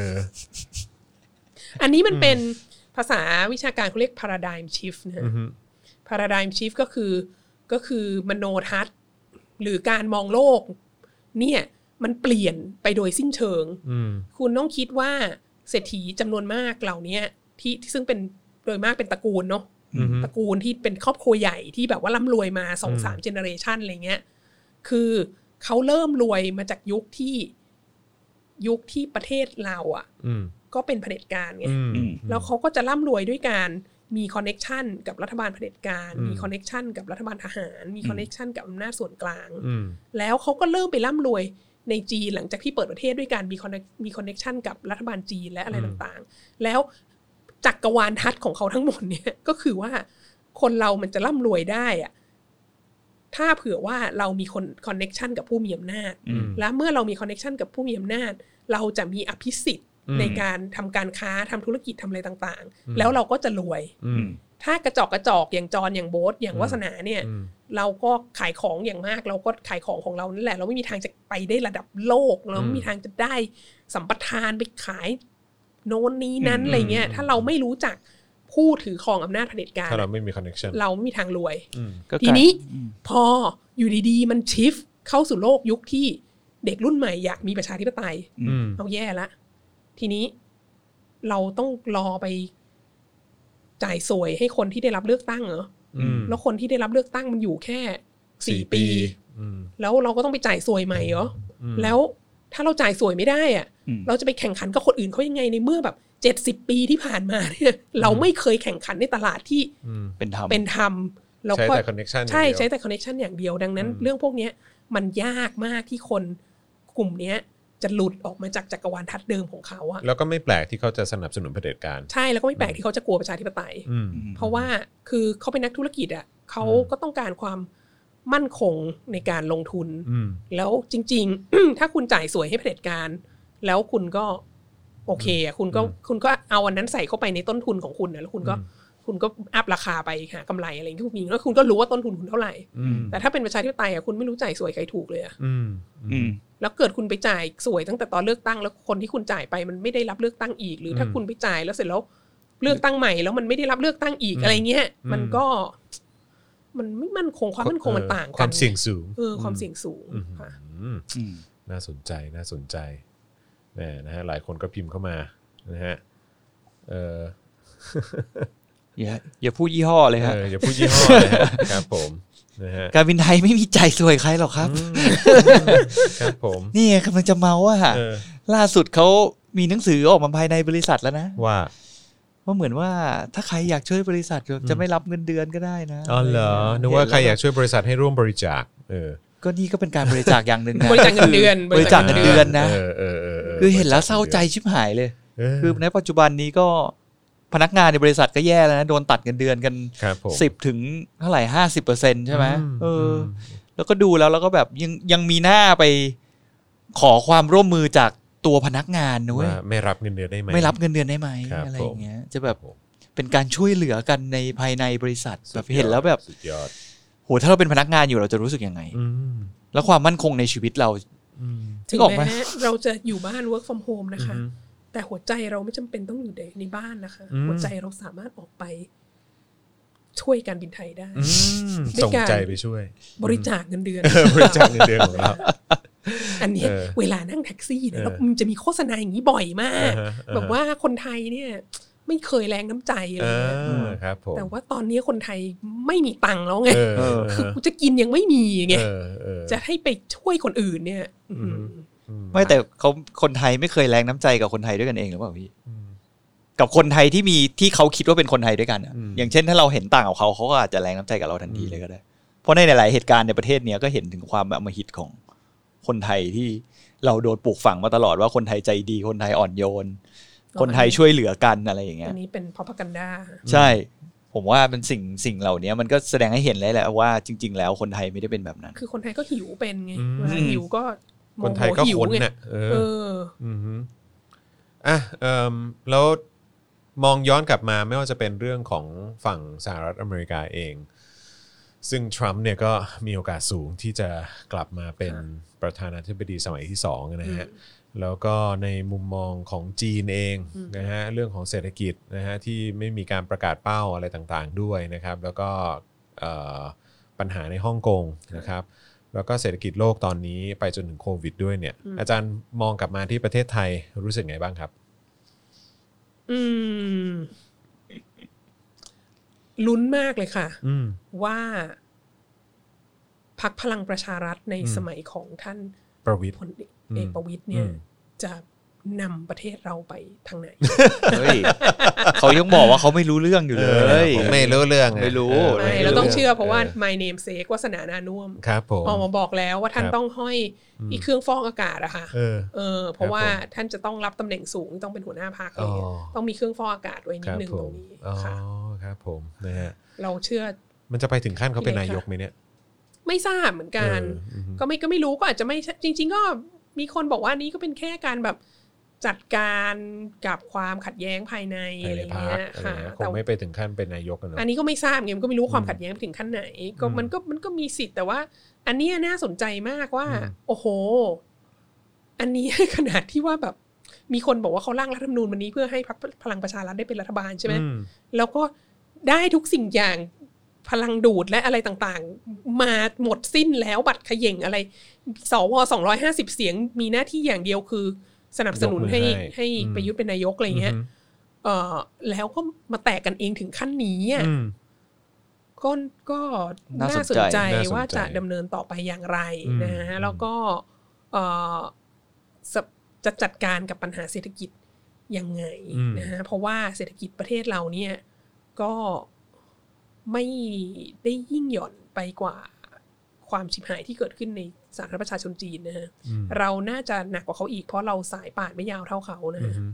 อันนี้มันเป็นภาษาวิชาการเขาเรียก paradigm shift นะ paradigm shift ก็คือมโนทัศน์หรือการมองโลกเนี่ยมันเปลี่ยนไปโดยสิ้นเชิงคุณต้องคิดว่าเศรษฐีจำนวนมากเหล่านี้ที่ซึ่งเป็นโดยมากเป็นตระกูลเนาะตระกูลที่เป็นครอบครัวใหญ่ที่แบบว่าร่ำรวยมา 2-3 เจเนอเรชันอะไรเงี้ยคือเขาเริ่มรวยมาจากยุคที่ประเทศเราอ่ะก็เป็นเผด็จการไงแล้วเขาก็จะร่ำรวยด้วยการมีคอนเนคชันกับรัฐบาลเผด็จการมีคอนเนคชันกับรัฐบาลทหารมีคอนเนคชันกับอำนาจส่วนกลางแล้วเขาก็เริ่มไปร่ำรวยในจีนหลังจากที่เปิดประเทศด้วยการมีคอนเนคชันกับรัฐบาลจีนและอะไรต่างๆแล้วจักรวาลทัศน์ของเขาทั้งหมดเนี่ยก็คือว่าคนเรามันจะร่ำรวยได้อะถ้าเผื่อว่าเรามีคอนเนคชันกับผู้มีอำนาจและเมื่อเรามีคอนเนคชันกับผู้มีอำนาจเราจะมีอภิสิทธิ์ในการทำการค้าทำธุรกิจทำอะไรต่างๆแล้วเราก็จะรวยถ้ากระจอกอย่างจอนอย่างโบ๊ทอย่างวาสนาเนี่ยเราก็ขายของอย่างมากเราก็ขายของของเรานั่นแหละเราไม่มีทางจะไปได้ระดับโลกเราไม่มีทางจะได้สัมปทานไปขายโน้นนี้นั้นอะไรเงี้ยถ้าเราไม่รู้จักผู้ถือครองอำนาจเผด็จการถ้าเราไม่มีคอนเนคชั่นเราไม่มีทางรวยทีนี้พออยู่ดีๆมันชิฟเข้าสู่โลกยุคที่เด็กรุ่นใหม่อยากมีประชาธิปไตยเอาแย่ละทีนี้เราต้องรอไปจ่ายสวยให้คนที่ได้รับเลือกตั้งเหรอแล้วคนที่ได้รับเลือกตั้งมันอยู่แค่4 ปีแล้วเราก็ต้องไปจ่ายสวยใหม่เหรอแล้วถ้าเราจ่ายสวยไม่ได้อะเราจะไปแข่งขันกับคนอื่นเขายังไงในเมื่อแบบ70 ปีที่ผ่านมาเนี่ยเราไม่เคยแข่งขันในตลาดที่เป็นธรรมเราก็ใช้แต่คอนเนคชั่นใช้แต่คอนเนคชั่นอย่างเดียวดังนั้นเรื่องพวกนี้มันยากมากที่คนกลุ่มนี้จะหลุดออกมาจากจักรวาลทัศน์เดิมของเขาอะแล้วก็ไม่แปลกที่เขาจะสนับสนุนเผด็จการใช่แล้วก็ไม่แปลกที่เขาจะกลัวประชาธิปไตยเพราะว่าคือเขาเป็นนักธุรกิจอะเขาก็ต้องการความมั่นคงในการลงทุนแล้วจริงๆ ถ้าคุณจ่ายสวยให้เผด็จการแล้วคุณก็โอเคอะคุณก็เอาอันนั้นใส่เข้าไปในต้นทุนของคุณนะแล้วคุณก็อัพราคาไปหากำไรอะไรที่คุณมีแล้วคุณก็รู้ว่าต้นทุนคุณเท่าไหร่แต่ถ้าเป็นประชาธิปไตยอะคุณไม่รู้จ่ายสวยใครถูกเลยอะแล้วเกิดคุณไปจ่ายสวยตั้งแต่ตอนเลือกตั้งแล้วคนที่คุณจ่ายไปมันไม่ได้รับเลือกตั้งอีกหรือถ้าคุณไปจ่ายแล้วเสร็จแล้วเลือกตั้งใหม่แล้วมันไม่ได้รับเลือกตั้งอีกอะไรเงี้ยมันก็มันไม่มั่นคงความมั่นคงมันต่างกันความเสี่ยงสูงความเสี่ยงสูงค่ะน่าสนใจนะฮะหลายคนก็พิมพ์เข้ามานะฮะอย่าพูดยี่ห้อเลยฮะอย่าพูดยี่ห้อเลยครับผมนะฮะการบินไทยไม่มีใจสวยใครหรอกครับครับผมนี่กำลังจะเมาว่าล่าสุดเขามีหนังสือออกมาภายในบริษัทแล้วนะว่าเหมือนว่าถ้าใครอยากช่วยบริษัทจะไม่รับเงินเดือนก็ได้นะอ๋อเหรอนึกว่าใครอยากช่วยบริษัทให้ร่วมบริจาคก็นี่ก็เป็นการบริจาคอย่างนึงนะบริจาคเงินเดือนบริจาคเงินเดือนนะคือเห็นแล้วเศร้าใจชิบหายเลยคือในปัจจุบันนี้ก็พนักงานในบริษัทก็แย่แล้วนะโดนตัดเงินเดือนกัน10 ถึงเท่าไหร่ 50% ใช่ไหมแล้วก็ดูแล้วก็แบบยังมีหน้าไปขอความร่วมมือจากตัวพนักงานนะเว้ยไม่รับเงินเดือนได้ไหมไม่รับเงินเดือนได้ไหมอะไรอย่างเงี้ยจะแบบเป็นการช่วยเหลือกันในภายในบริษัทแบบเห็นแล้วแบบโหถ้าเราเป็นพนักงานอยู่เราจะรู้สึกยังไงแล้วความมั่นคงในชีวิตเราถึงแม้เราจะอยู่บ้าน work from home นะคะแต่หัวใจเราไม่จำเป็นต้องอยู่ในบ้านนะคะหัวใจเราสามารถออกไปช่วยการบินไทยได้ส่งใจไปช่วยบริจาคเงินเดือนบริจาคเงินเดือนของเราอันนี้เวลานั่งแท็กซี่เนี่ยแล้วมันจะมีโฆษณาอย่างนี้บ่อยมากแบบว่าคนไทยเนี่ยไม่เคยแรงน้ำใจอะไรเงี้ยแต่ว่าตอนนี้คนไทยไม่มีตังค์แล้วไงคือกูจะกินยังไม่มีไงจะให้ไปช่วยคนอื่นเนี่ยไม่แต่คนไทยไม่เคยแรงน้ำใจกับคนไทยด้วยกันเองหรือเปล่าพี่กับคนไทยที่เขาคิดว่าเป็นคนไทยด้วยกันอย่างเช่นถ้าเราเห็นต่างกับเขาก็อาจจะแรงน้ำใจกับเราทันทีเลยก็ได้เพราะในหลายเหตุการณ์ในประเทศนี้ก็เห็นถึงความอำมหิตของคนไทยที่เราโดนปลูกฝังมาตลอดว่าคนไทยใจดีคนไทยอ่อนโยนคนไทยช่วยเหลือกันอะไรอย่างเงี้ยอันนี้เป็น propaganda ใช่ผมว่าเป็นสิ่งเหล่านี้มันก็แสดงให้เห็นเลยแหละว่าจริงๆแล้วคนไทยไม่ได้เป็นแบบนั้นคือคนไทยก็หิวเป็นไงหิวก็คนไทยก็คนน่ะแล้วมองย้อนกลับมาไม่ว่าจะเป็นเรื่องของฝั่งสหรัฐอเมริกาเองซึ่งทรัมป์เนี่ยก็มีโอกาสสูงที่จะกลับมาเป็นประธานาธิบดีสมัยที่2นะฮะแล้วก็ในมุมมองของจีนเองนะฮะเรื่องของเศรษฐกิจนะฮะที่ไม่มีการประกาศเป้าอะไรต่างๆด้วยนะครับแล้วก็ปัญหาในฮ่องกงนะครับแล้วก็เศรษฐกิจโลกตอนนี้ไปจนถึงโควิดด้วยเนี่ยอาจารย์มองกลับมาที่ประเทศไทยรู้สึกไงบ้างครับลุ้นมากเลยค่ะว่าพรรคพลังประชารัฐในสมัยของท่านประวิตรพลเอกประวิตรเนี่ยจะนำประเทศเราไปทางไหนเขายังบอกว่าเขาไม่รู้เรื่องอยู่เลยไม่รู้เรื่องไม่รู้เราต้องเชื่อเพราะว่า my name sake วาสนานานุ่มออกมาบอกแล้วว่าท่านต้องห้อยอีเครื่องฟอกอากาศอะค่ะเพราะว่าท่านจะต้องรับตำแหน่งสูงต้องเป็นหัวหน้าพรรคอะไรต้องมีเครื่องฟอกอากาศไว้นิดนึงตรงนี้ค่ะครับผมนะฮะเราเชื่อมันจะไปถึงขั้นเขาเป็นนายกไหมเนี่ยไม่ทราบเหมือนกันก็ไม่รู้ก็อาจจะไม่จริงๆก็มีคนบอกว่านี้ก็เป็นแค่การแบบจัดการกับความขัดแย้งภายในอะไรเงี้ยค่ะแต่ไม่ไปถึงขั้นเป็นนายกนะอันนี้ก็ไม่ทราบไงมันก็ไม่รู้ความขัดแย้งไปถึงขั้นไหนก็มันก็มีสิทธิ์แต่ว่าอันนี้น่าสนใจมากว่าโอ้โหอันนี้ขนาดที่ว่าแบบมีคนบอกว่าเขาร่างรัฐธรรมนูญวันนี้เพื่อให้พรรคพลังประชารัฐได้เป็นรัฐบาลใช่ไหมแล้วก็ได้ทุกสิ่งอย่างพลังดูดและอะไรต่างๆมาหมดสิ้นแล้วบัตรเขย่งอะไรสว250เสียงมีหน้าที่อย่างเดียวคือสนับสนุนให้ประยุทธ์เป็นนายกอะไรเงี้ยแล้วก็มาแตกกันเองถึงขั้นนี้ก็น่าสนใจว่าจะดำเนินต่อไปอย่างไรนะฮะแล้วก็จะจัดการกับปัญหาเศรษฐกิจยังไงนะฮะเพราะว่าเศรษฐกิจประเทศเราเนี่ยก็ไม่ได้ยิ่งหย่อนไปกว่าความฉิบหายที่เกิดขึ้นในสาธารณรัฐประชาชนจีนนะฮะเราน่าจะหนักกว่าเขาอีกเพราะเราสายป่านไม่ยาวเท่าเขานะฮะ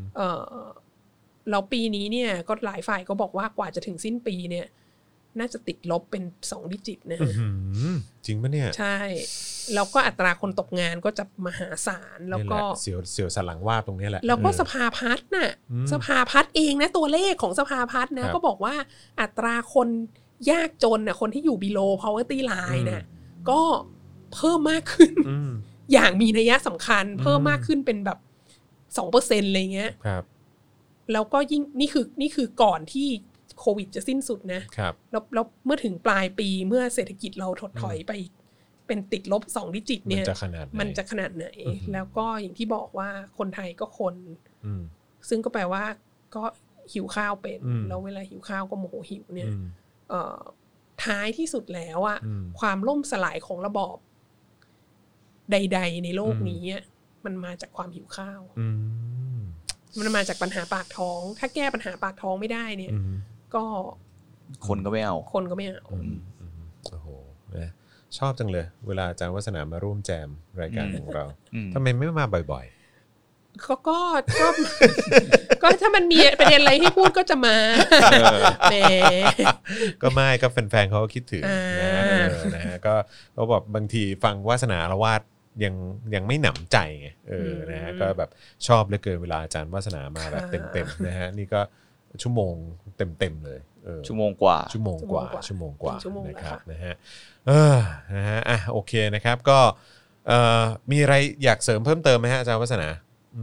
แล้วปีนี้เนี่ยก็หลายฝ่ายก็บอกว่ากว่าจะถึงสิ้นปีเนี่ยน่าจะติดลบเป็น2ดิจิตนะฮะจริงปะเนี่ยใช่แล้วก็อัตราคนตกงานก็จะมหาศาลแล้วก็เสียวสันหลังว่าตรงนี้แหละแล้วก็สภาพัฒน์น่ะสภาพัฒน์เองนะตัวเลขของสภาพัฒน์นะก็บอกว่าอัตราคนยากจนน่ะคนที่อยู่ below poverty line น่ะก็เพิ่มมากขึ้นอย่างมีนัยสำคัญเพิ่มมากขึ้นเป็นแบบ 2% อะไรเงี้ยแล้วก็ยิ่งนี่คือก่อนที่โควิดจะสิ้นสุดนะแล้วเมื่อถึงปลายปีเมื่อเศรษฐกิจเราถดถอยไปเป็นติดลบ2ดิจิตเนี่ยมันจะขนาดไหนแล้วก็อย่างที่บอกว่าคนไทยก็คนซึ่งก็แปลว่าก็หิวข้าวเป็นแล้วเวลาหิวข้าวก็โมโหหิวเนี่ยท้ายที่สุดแล้วอะความล่มสลายของระบอบใดๆในโลกนี้มันมาจากความหิวข้าวมันมาจากปัญหาปากท้องถ้าแก้ปัญหาปากท้องไม่ได้เนี่ยก็คนก็ไม่เอาโอ้โหชอบจังเลยเวลาอาจารย์วัฒนามาร่วมแจมรายการของเราทำไมไม่มาบ่อยๆก็ถ้ามันมีประเด็นอะไรให้พูดก็จะมาแหมก็ไม่ก็แฟนๆเขาคิดถึงนะฮะก็แบบบางทีฟังวาสนาอาละวาดยังไม่หนำใจไงนะฮะก็แบบชอบเหลือเกินเวลาอาจารย์วาสนามาแบบเต็มๆนะฮะนี่ก็ชั่วโมงเต็มๆเลยชั่วโมงกว่านะครับนะฮะนะฮะโอเคนะครับก็มีอะไรอยากเสริมเพิ่มเติมไหมฮะอาจารย์วาสนา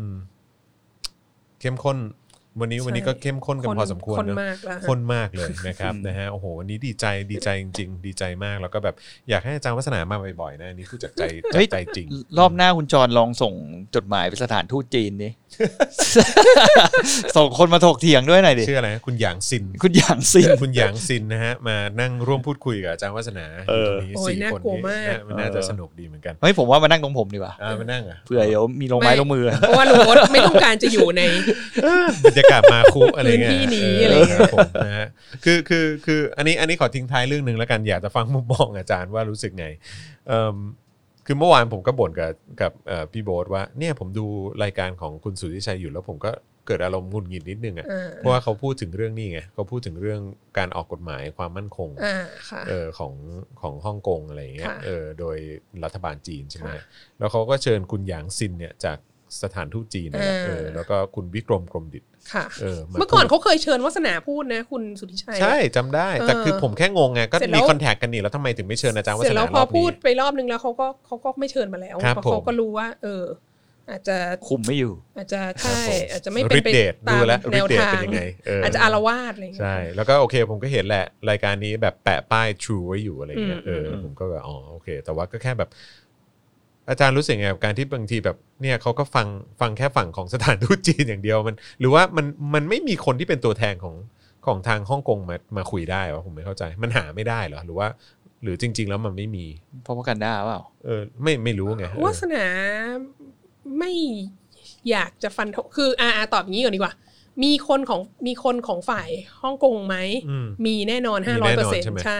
เข้มข้นวันนี้ก็เข้มข้นกันพอสมควรนะข้นมากเลยนะครับนะฮะโอ้โหวันนี้ดีใจจริงๆดีใจมากแล้วก็แบบอยากให้อาจารย์วัฒนามาบ่อยๆนะนี่พูดจากใจจริงรอบหน้าคุณจรลองส่งจดหมายไปสถานทูตจีนนี่ ส่งคนมาถกเถียงด้วยหน่อยดิชื่ออะไรคุณหยางซินนะฮะมานั่งร่วมพูดคุยกับอาจารย์วัฒนาตรงนี้4คนนี้มันน่าจะสนุกดีเหมือนกันเฮ้ยผมว่ามานั่งตรงผมดีกว่ามานั่งเผื่อเดี๋ยวมีลงไม้ลงมือเพราะว่าลุงมดไม่ต้องการจะอยู่ในบรรยากาศมาคุอะไรเงี้ยที่นี้อะไรเงี้ยผมนะฮะคืออันนี้ขอทิ้งท้ายเรื่องนึงแล้วกันอยากจะฟังมุมมองอาจารย์ว่ารู้สึกไงคือเมื่อวานผมก็บ่นกับพี่โบ๊ทว่าเนี่ยผมดูรายการของคุณสุทธิชัยอยู่แล้วผมก็เกิดอารมณ์หงุดหงิดนิดนึงอ่ะเพราะว่าเขาพูดถึงเรื่องนี้ไงเขาพูดถึงเรื่องการออกกฎหมายความมั่นคงของฮ่องกงอะไรอย่างเงี้ยโดยรัฐบาลจีนใช่ไหมแล้วเขาก็เชิญคุณหยางซินเนี่ยจากสถานทูตจีนแล้วก็คุณวิกรมกรมดิษฐ์ค่ะเมื่อก่อนเขาเคยเชิญวัฒนาพูดนะคุณสุทธิชัยใช่จำได้แต่คือผมแค่งงไงก็มีคอนแทคกันนี่แล้วทำไมถึงไม่เชิญอาจารย์วัฒนาเสร็จแล้วพอพูดไปรอบนึงแล้วเขาก็ไม่เชิญมาแล้วเพราะเขาก็รู้ว่าอาจจะคุมไม่อยู่อาจจะใช่อาจจะไม่เป็นไปตามแนวทางอาจจะอารวาสอะไรอย่างเงี้ยใช่แล้วก็โอเคผมก็เห็นแหละรายการนี้แบบแปะป้าย True ไว้อยู่อะไรเงี้ยผมก็แบบอ๋อโอเคแต่ว่าก็แค่แบบอาจารย์รู้สึกไงกับการที่บางทีแบบเนี่ยเขาก็ฟังแค่ฝั่งของสถานทูตจีนอย่างเดียวมันหรือว่ามันไม่มีคนที่เป็นตัวแทนของทางฮ่องกงมาคุยได้วะผมไม่เข้าใจมันหาไม่ได้เหรอหรือว่าหรือจริงๆแล้วมันไม่มีเพราะว่ากันได้เปล่าไม่รู้ไงวาสนาไม่อยากจะฟันคือตอบอย่างนี้ก่อนดีกว่ามีคนของฝ่ายฮ่องกงไหมมีแน่นอน 500% ใช่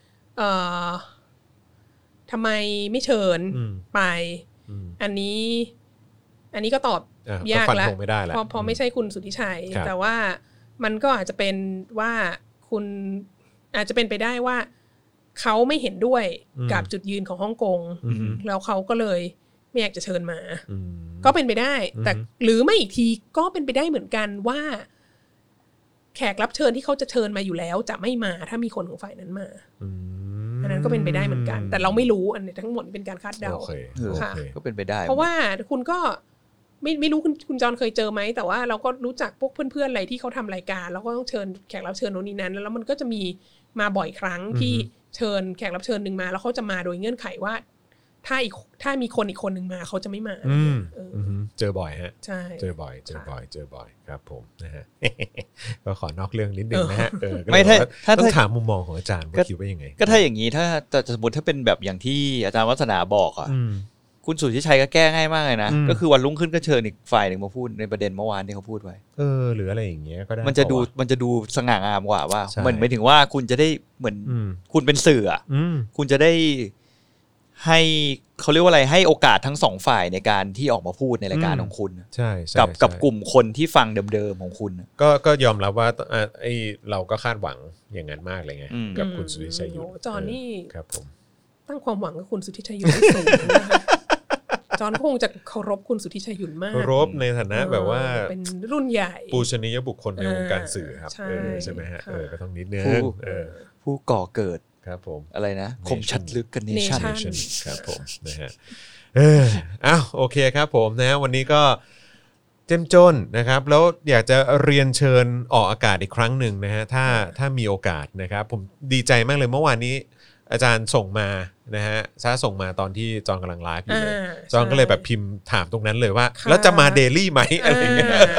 ทำไมไม่เชิญไปอันนี้ก็ตอบยากแล้วพอไม่ใช่คุณสุทธิชัยแต่ว่ามันก็อาจจะเป็นว่าคุณอาจจะเป็นไปได้ว่าเขาไม่เห็นด้วยกับจุดยืนของฮ่องกงแล้วเขาก็เลยไม่อยากจะเชิญมาก็เป็นไปได้แต่หรือไม่อีกทีก็เป็นไปได้เหมือนกันว่าแขกรับเชิญที่เขาจะเชิญมาอยู่แล้วจะไม่มาถ้ามีคนของฝ่ายนั้นมาอันนั้นก็เป็นไปได้เหมือนกันแต่เราไม่รู้อันนี้ทั้งหมดเป็นการคาดเดาค่ะก็เป็นไปได้เพราะว่าคุณก็ไม่รู้คุณจอนเคยเจอไหมแต่ว่าเราก็รู้จักพวกเพื่อนๆอะไรที่เขาทำรายการแล้วก็ต้องเชิญแขกรับเชิญโน่นนี่นั้นแล้วมันก็จะมีมาบ่อยครั้งที่เชิญแขกรับเชิญนึงมาแล้วเขาจะมาโดยเงื่อนไขว่าถ้ามีคนอีกคนนึงมาเขาจะไม่มาเจอบ่อยฮะใช่เจอบ่อยครับผมนะฮะก็ขอนอกเรื่องนิดนึงนะฮะไม่ถ้าต้องถามมุมมองของอาจารย์ว่าคิดว่ายังไงก็ถ้าอย่างนี้ถ้าสมมติถ้าเป็นแบบอย่างที่อาจารย์วัฒนาบอกอ่ะคุณสุทธิชัยก็แก้ง่ายมากเลยนะก็คือวันรุ่งขึ้นก็เชิญอีกฝ่ายหนึ่งมาพูดในประเด็นเมื่อวานที่เขาพูดไว้หรืออะไรอย่างเงี้ยก็ได้มันจะดูสง่างามกว่ามันไม่ถึงว่าคุณจะได้เหมือนคุณเป็นสื่ออ่ะคุณจะได้ให้เขาเรียกว่าอะไรให้โอกาสทั้งสองฝ่ายในการที่ออกมาพูดในรายการของคุณใช่กับกลุ่มคนที่ฟังเดิมๆของคุณก็ยอมรับว่าเราก็คาดหวังอย่างนั้นมากเลยไงกับคุณสุทธิชัยยุทธจอนนี่ครับผมตั้งความหวังกับคุณสุทธิชัยยุทธได้สูงนะคะจอนคงจะเคารพคุณสุทธิชัยยุทธมากเคารพในฐานะแบบว่าเป็นรุ่นใหญ่ปูชนียบุคคลในวงการสื่อครับใช่ไหมฮะก็ต้องนิดนึงผู้ก่อเกิดครับผมอะไรนะคมชัดลึกกันเนชั่นครับผมนะฮะโอเคครับผมนะวันนี้ก็เจ้มจนนะครับแล้วอยากจะเรียนเชิญออกอากาศอีกครั้งหนึ่งนะฮะถ้ามีโอกาสนะครับผมดีใจมากเลยเมื่อวานนี้อาจารย์ส่งมานะฮะส่งมาตอนที่จอนกำลังไลฟ์อยู่เลยจอนก็เลยแบบพิมพ์ถามตรงนั้นเลยว่าแล้วจะมาเดลี่ไหมอะไรเงี้ย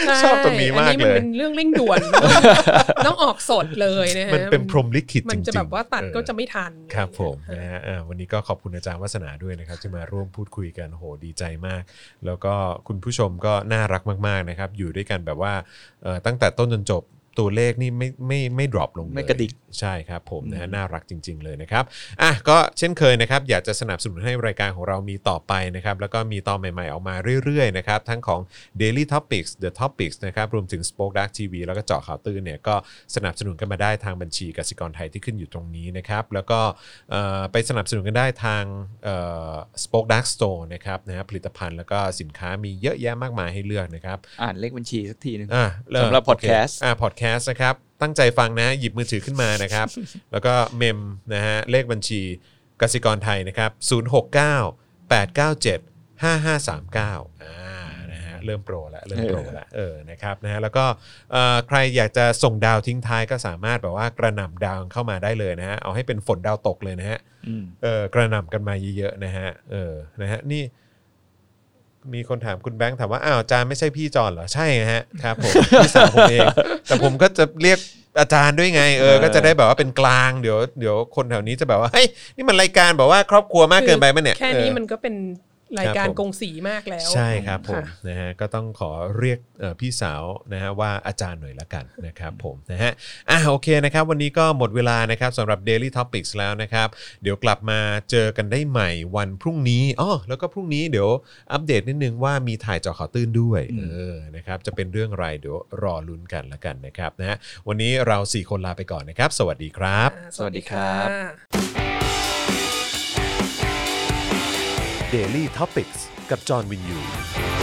ชอบตรงนี้มากเลยอันนี้มันเป็นเรื่องเร่งด่วน ต้องออกสดเลยนะฮะมันเป็นพรหมลิขิตจริงๆมันจะแบบว่าตัดก็จะไม่ทันครับผมนะฮะวันนี้ก็ขอบคุณอาจารย์วัฒนาด้วยนะครับที่มาร่วมพูดคุยกันโหดีใจมากแล้วก็คุณผู้ชมก็น่ารักมากๆนะครับอยู่ด้วยกันแบบว่าตั้งแต่ต้นจนจบตัวเลขนี่ไม่ดรอปลงเลยไม่กระดิกใช่ครับผมนะฮะน่ารักจริงๆเลยนะครับก็เช่นเคยนะครับอยากจะสนับสนุนให้รายการของเรามีต่อไปนะครับแล้วก็มีตอนใหม่ๆออกมาเรื่อยๆนะครับทั้งของ Daily Topics The Topics นะครับรวมถึง Spoke Dark TV แล้วก็เจาะข่าวตื้นเนี่ยก็สนับสนุนกันมาได้ทางบัญชีกสิกรไทยที่ขึ้นอยู่ตรงนี้นะครับแล้วก็ไปสนับสนุนกันได้ทางSpoke Dark Store นะครับนะฮะผลิตภัณฑ์แล้วก็สินค้ามีเยอะแยะมากมายให้เลือกนะครับอ่านเลขบัญชีสักทีนึงสำหรับพอดแคสต์พอดแคสต์นะครับตั้งใจฟังนะหยิบมือถือขึ้นมานะครับ แล้วก็เมมนะฮะเลขบัญชีกสิกรไทยนะครับ069-897-5539นะฮะเริ่มโปรแล้วนะครับนะฮะแล้วก็ใครอยากจะส่งดาวทิ้งท้ายก็สามารถแบบว่ากระหน่ำดาวเข้ามาได้เลยนะฮะเอาให้เป็นฝนดาวตกเลยนะฮะกระหน่ำกันมาเยอะๆนะฮะนะฮะนี่มีคนถามคุณแบงค์ถามว่าอ้าวอาจารย์ไม่ใช่พี่จอนเหรอใช่ฮะครับผมพี่สาวผมเองแต่ผมก็จะเรียกอาจารย์ด้วยไงก็จะได้แบบว่าเป็นกลางเดี๋ยวคนแถวนี้จะแบบว่าเฮ้ยนี่มันรายการแบบว่าครอบครัวมากเกินไปมั้ยเนี่ยแค่นี้มันก็เป็นรายการกงสีมากแล้วใช่ครับผมนะฮะก็ต้องขอเรียกพี่สาวนะฮะว่าอาจารย์หน่อยละกันนะครับผมนะฮะโอเคนะครับวันนี้ก็หมดเวลานะครับสำหรับ Daily Topics แล้วนะครับเดี๋ยวกลับมาเจอกันได้ใหม่วันพรุ่งนี้แล้วก็พรุ่งนี้เดี๋ยวอัปเดตนิดนึงว่ามีถ่ายเจาะข่าวตื้นด้วยนะครับจะเป็นเรื่องอะไรเดี๋ยวรอลุ้นกันละกันนะครับนะฮะวันนี้เรา4คนลาไปก่อนนะครับสวัสดีครับสวัสดีครับ Daily Topics กับจอห์นวินยู